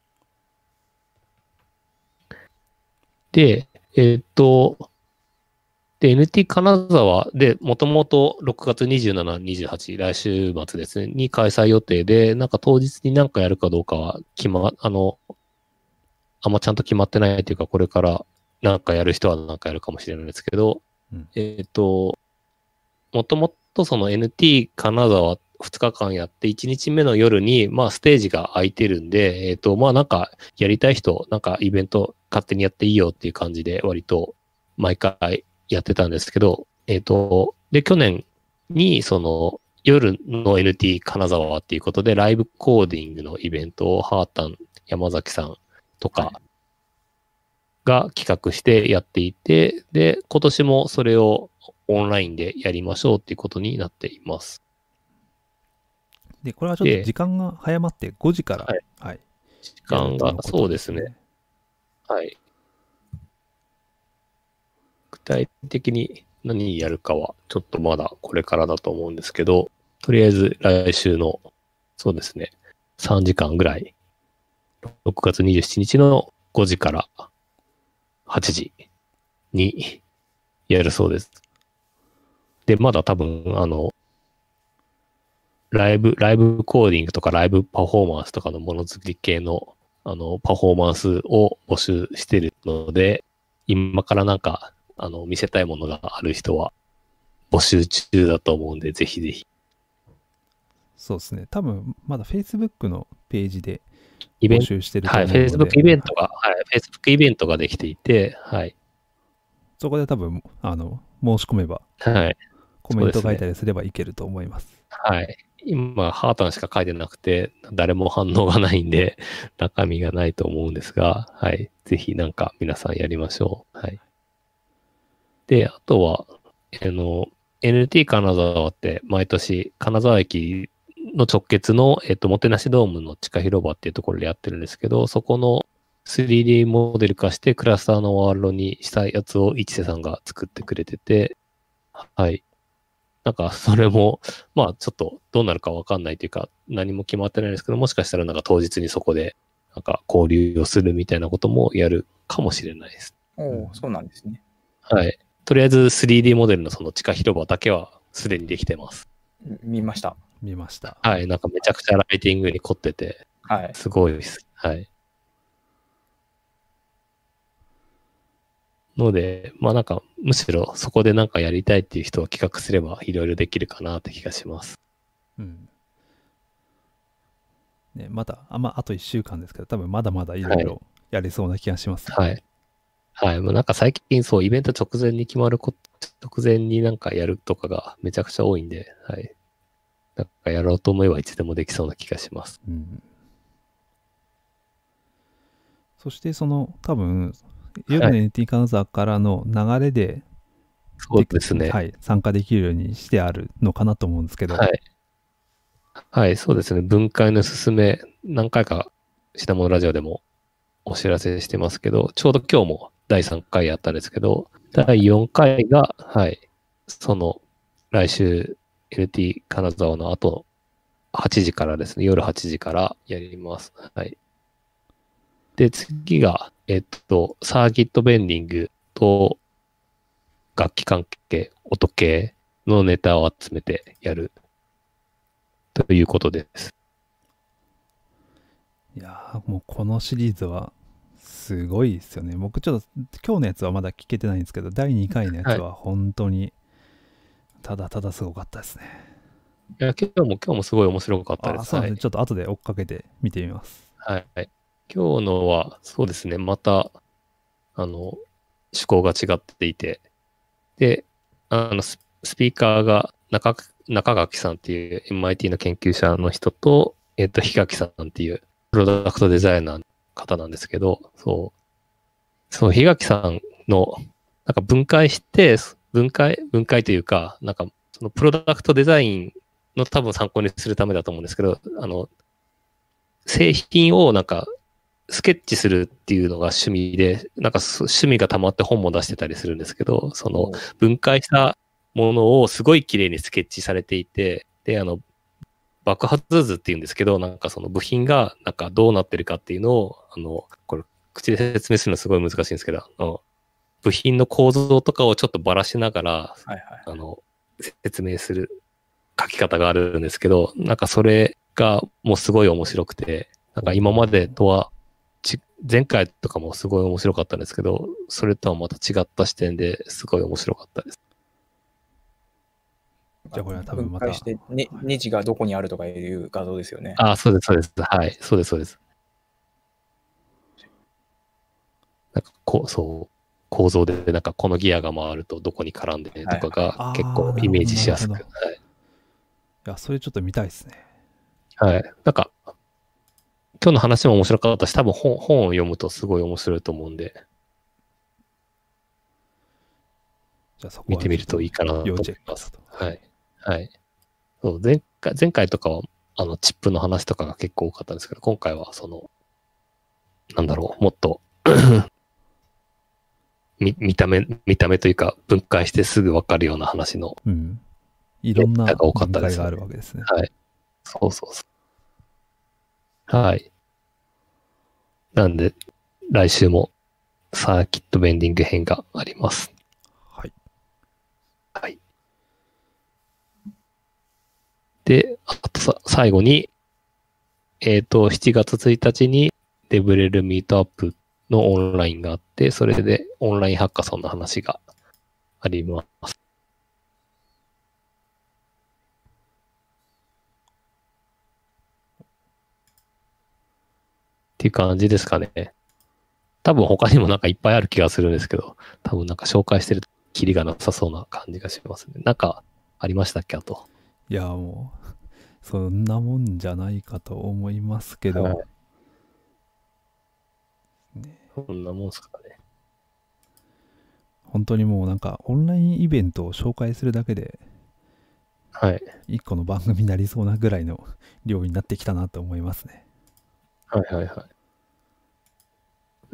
Speaker 1: で、えーっと、で、エヌティー 金沢で、もともとろくがつにじゅうしち、にじゅうはち、来週末ですね、に開催予定で、なんか当日に何かやるかどうかは決ま、あの、あんまちゃんと決まってないというか、これから何かやる人は何かやるかもしれないですけど、
Speaker 2: うん
Speaker 1: えっと、もともとその エヌティー 金沢ふつかかんやって、いちにちめの夜に、まあステージが空いてるんで、えっと、まあなんかやりたい人、なんかイベント勝手にやっていいよっていう感じで、割と毎回やってたんですけど、えっと、で、去年にその夜の エヌティー 金沢っていうことで、ライブコーディングのイベントをハータン、山崎さんとかが企画してやっていて、で、今年もそれをオンラインでやりましょうっていうことになっています。
Speaker 2: で、これはちょっと時間が早まってごじから、
Speaker 1: はい。
Speaker 2: はい。
Speaker 1: 時間が、そうですね。はい。具体的に何やるかは、ちょっとまだこれからだと思うんですけど、とりあえず来週の、そうですね、さんじかんぐらい、ろくがつにじゅうしちにちのごじからはちじにやるそうです。で、まだ多分、あの、ライブ、ライブコーディングとかライブパフォーマンスとかのものづくり系の、あの、パフォーマンスを募集しているので、今からなんか、あの、見せたいものがある人は募集中だと思うんで、ぜひぜひ。
Speaker 2: そうですね。多分、まだ Facebook のページで
Speaker 1: イベント、
Speaker 2: 募集してると思うので。
Speaker 1: はい、Facebook イベントが、はい、Facebook イベントができていて、はい。
Speaker 2: そこで多分、あの、申し込めば、
Speaker 1: はい。
Speaker 2: コメント書いたりすればいけると思います。
Speaker 1: はい。今、ハータンしか書いてなくて、誰も反応がないんで、中身がないと思うんですが、はい。ぜひなんか皆さんやりましょう。はい。で、あとは、あの、エヌティー 金沢って毎年金沢駅の直結の、えっと、もてなしドームの地下広場っていうところでやってるんですけど、そこの スリーディー モデル化してクラスターのワールドにしたやつを市瀬さんが作ってくれてて、はい。なんか、それも、まあ、ちょっとどうなるかわかんないというか、何も決まってないですけど、もしかしたらなんか当日にそこで、なんか交流をするみたいなこともやるかもしれないです。
Speaker 3: おお、そうなんですね。
Speaker 1: はい。とりあえず スリーディー モデルのその地下広場だけはすでにできてます。
Speaker 3: 見ました。
Speaker 2: 見ました。
Speaker 1: はい。なんかめちゃくちゃライティングに凝ってて、
Speaker 3: はい。
Speaker 1: すごいです。はい。ので、まあなんか、むしろそこでなんかやりたいっていう人は企画すればいろいろできるかなって気がします。
Speaker 2: うん。ね、まだ、あ、まあ、あといっしゅうかんですけど、多分まだまだいろいろやれそうな気がします、ね。
Speaker 1: はい。はい。もうなんか最近そう、イベント直前に決まること、直前になんかやるとかがめちゃくちゃ多いんで、はい。なんかやろうと思えばいつでもできそうな気がします。
Speaker 2: うん。そしてその、多分、夜の エヌティー 金沢からの流れで、
Speaker 1: そうですね。
Speaker 2: はい、参加できるようにしてあるのかなと思うんですけど。
Speaker 1: はい。はい、そうですね。分解の進め、何回か品物ラジオでもお知らせしてますけど、ちょうど今日もだいさんかいやったんですけど、だいよんかいが、はい、その、来週 エヌティー 金沢の後、はちじからですね、夜はちじからやります。はい。で、次が、えっと、サーキットベンディングと楽器関係、音系のネタを集めてやるということです。
Speaker 2: いやー、もうこのシリーズはすごいですよね。僕ちょっと今日のやつはまだ聞けてないんですけど、だいにかいのやつは本当にただただすごかったですね。
Speaker 1: いや、今日も今日もすごい面白かったです。
Speaker 2: あ、そうですね、
Speaker 1: はい。
Speaker 2: ちょっと後で追っかけて見てみます。
Speaker 1: はい。今日のは、そうですね、また、あの、趣向が違っていて、で、あの、ススピーカーが中、中垣さんっていう エムアイティー の研究者の人と、えっと、檜垣さんっていうプロダクトデザイナーの方なんですけど、そう、そう、檜垣さんの、なんか分解して、分解、分解というか、なんか、そのプロダクトデザインの多分参考にするためだと思うんですけど、あの、製品をなんか、スケッチするっていうのが趣味で、なんか趣味が溜まって本も出してたりするんですけど、その分解したものをすごい綺麗にスケッチされていて、で、あの、爆発図っていうんですけど、なんかその部品がなんかどうなってるかっていうのを、あの、これ、口で説明するのすごい難しいんですけど、あの、部品の構造とかをちょっとばらしながら、はいはい、あの、説明する書き方があるんですけど、なんかそれがもうすごい面白くて、なんか今までとは、前回とかもすごい面白かったんですけど、それとはまた違った視点ですごい面白かったです。
Speaker 2: じゃあこれは多分また。
Speaker 3: 分解して、ね、ネジがどこにあるとかいう画像ですよね。
Speaker 1: ああ、そうです、そうです。はい。そうです、そうです。なんかこう、そう、構造で、なんかこのギアが回るとどこに絡んでとかが結構イメージしやすく。はい。い
Speaker 2: や、それちょっと見たいですね。
Speaker 1: はい。なんか、今日の話も面白かったし、多分本、本を読むとすごい面白いと思うんで、
Speaker 2: じゃあそこ
Speaker 1: 見てみるといいかなと思います。はい。はい。そう、前回、前回とかは、 あの、チップの話とかが結構多かったんですけど、今回はその、なんだろう、もっと見、見た目、見た目というか、分解してすぐ分かるような話の、
Speaker 2: うん。いろんな
Speaker 1: ネタが多かっ
Speaker 2: 分
Speaker 1: たですね
Speaker 2: 解があるわけですね。
Speaker 1: はい。そうそうそう。はい。なんで、来週もサーキットベンディング編があります。
Speaker 2: はい。
Speaker 1: はい。で、あとさ、最後に、えっと、しちがつついたちにデブレルミートアップのオンラインがあって、それでオンラインハッカソンの話があります。っていう感じですかね。多分他にもなんかいっぱいある気がするんですけど、多分なんか紹介してるとキリがなさそうな感じがしますね。なんかありましたっけ、あと。
Speaker 2: いや、もう、そんなもんじゃないかと思いますけど、
Speaker 1: はい
Speaker 2: ね、
Speaker 1: そんなもんすかね。
Speaker 2: 本当にもうなんかオンラインイベントを紹介するだけで、
Speaker 1: はい。
Speaker 2: 一個の番組になりそうなぐらいの量になってきたなと思いますね。
Speaker 1: はいはいはい。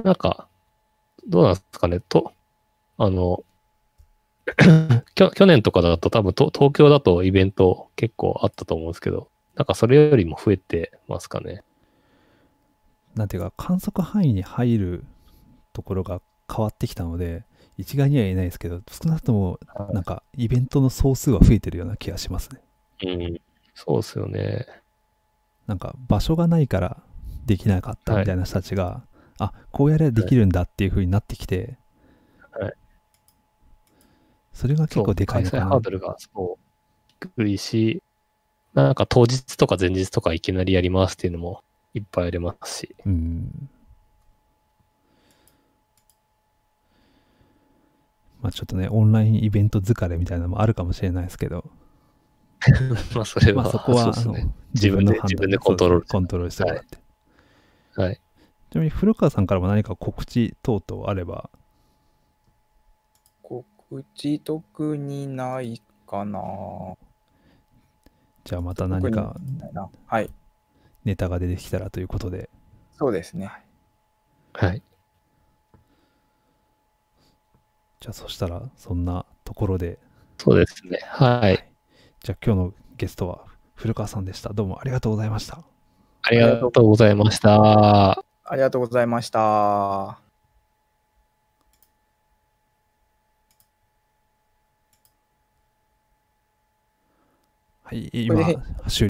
Speaker 1: なんか、どうなんですかね。と、あの、きょ去年とかだと多分と東京だとイベント結構あったと思うんですけど、なんかそれよりも増えてますかね。
Speaker 2: なんていうか、観測範囲に入るところが変わってきたので、一概には言えないですけど、少なくともなんかイベントの総数は増えてるような気がしますね。
Speaker 1: うん。そうっすよね。
Speaker 2: なんか場所がないからできなかったみたいな人たちが、あ、こうやればできるんだっていう風になってきて、
Speaker 1: はい。
Speaker 2: それが結構でかいのかな。
Speaker 1: 開催ハードルがそう低いし、なんか当日とか前日とかいきなりやりますっていうのもいっぱいありますし。
Speaker 2: うん。まあちょっとね、オンラインイベント疲れみたいなのもあるかもしれないですけど、
Speaker 1: まあそれは、
Speaker 2: まあそこは、
Speaker 1: そうですね。
Speaker 2: あの
Speaker 1: 自分で、
Speaker 2: 判断
Speaker 1: 自分でコントロール。
Speaker 2: コントロールしてもらって。
Speaker 1: はい。
Speaker 2: ちなみに古川さんからも何か告知等々あれば。
Speaker 3: 告知特にないかな。
Speaker 2: じゃあまた何か
Speaker 3: はい。
Speaker 2: ネタが出てきたらということで。
Speaker 3: そうですね。
Speaker 1: はい。
Speaker 2: じゃあそしたらそんなところで。
Speaker 1: そうですね。はい。はい、
Speaker 2: じゃあ今日のゲストは古川さんでした。どうもありがとうございました。
Speaker 1: ありがとうございました。
Speaker 3: ありがとうございました。はい、
Speaker 2: 今終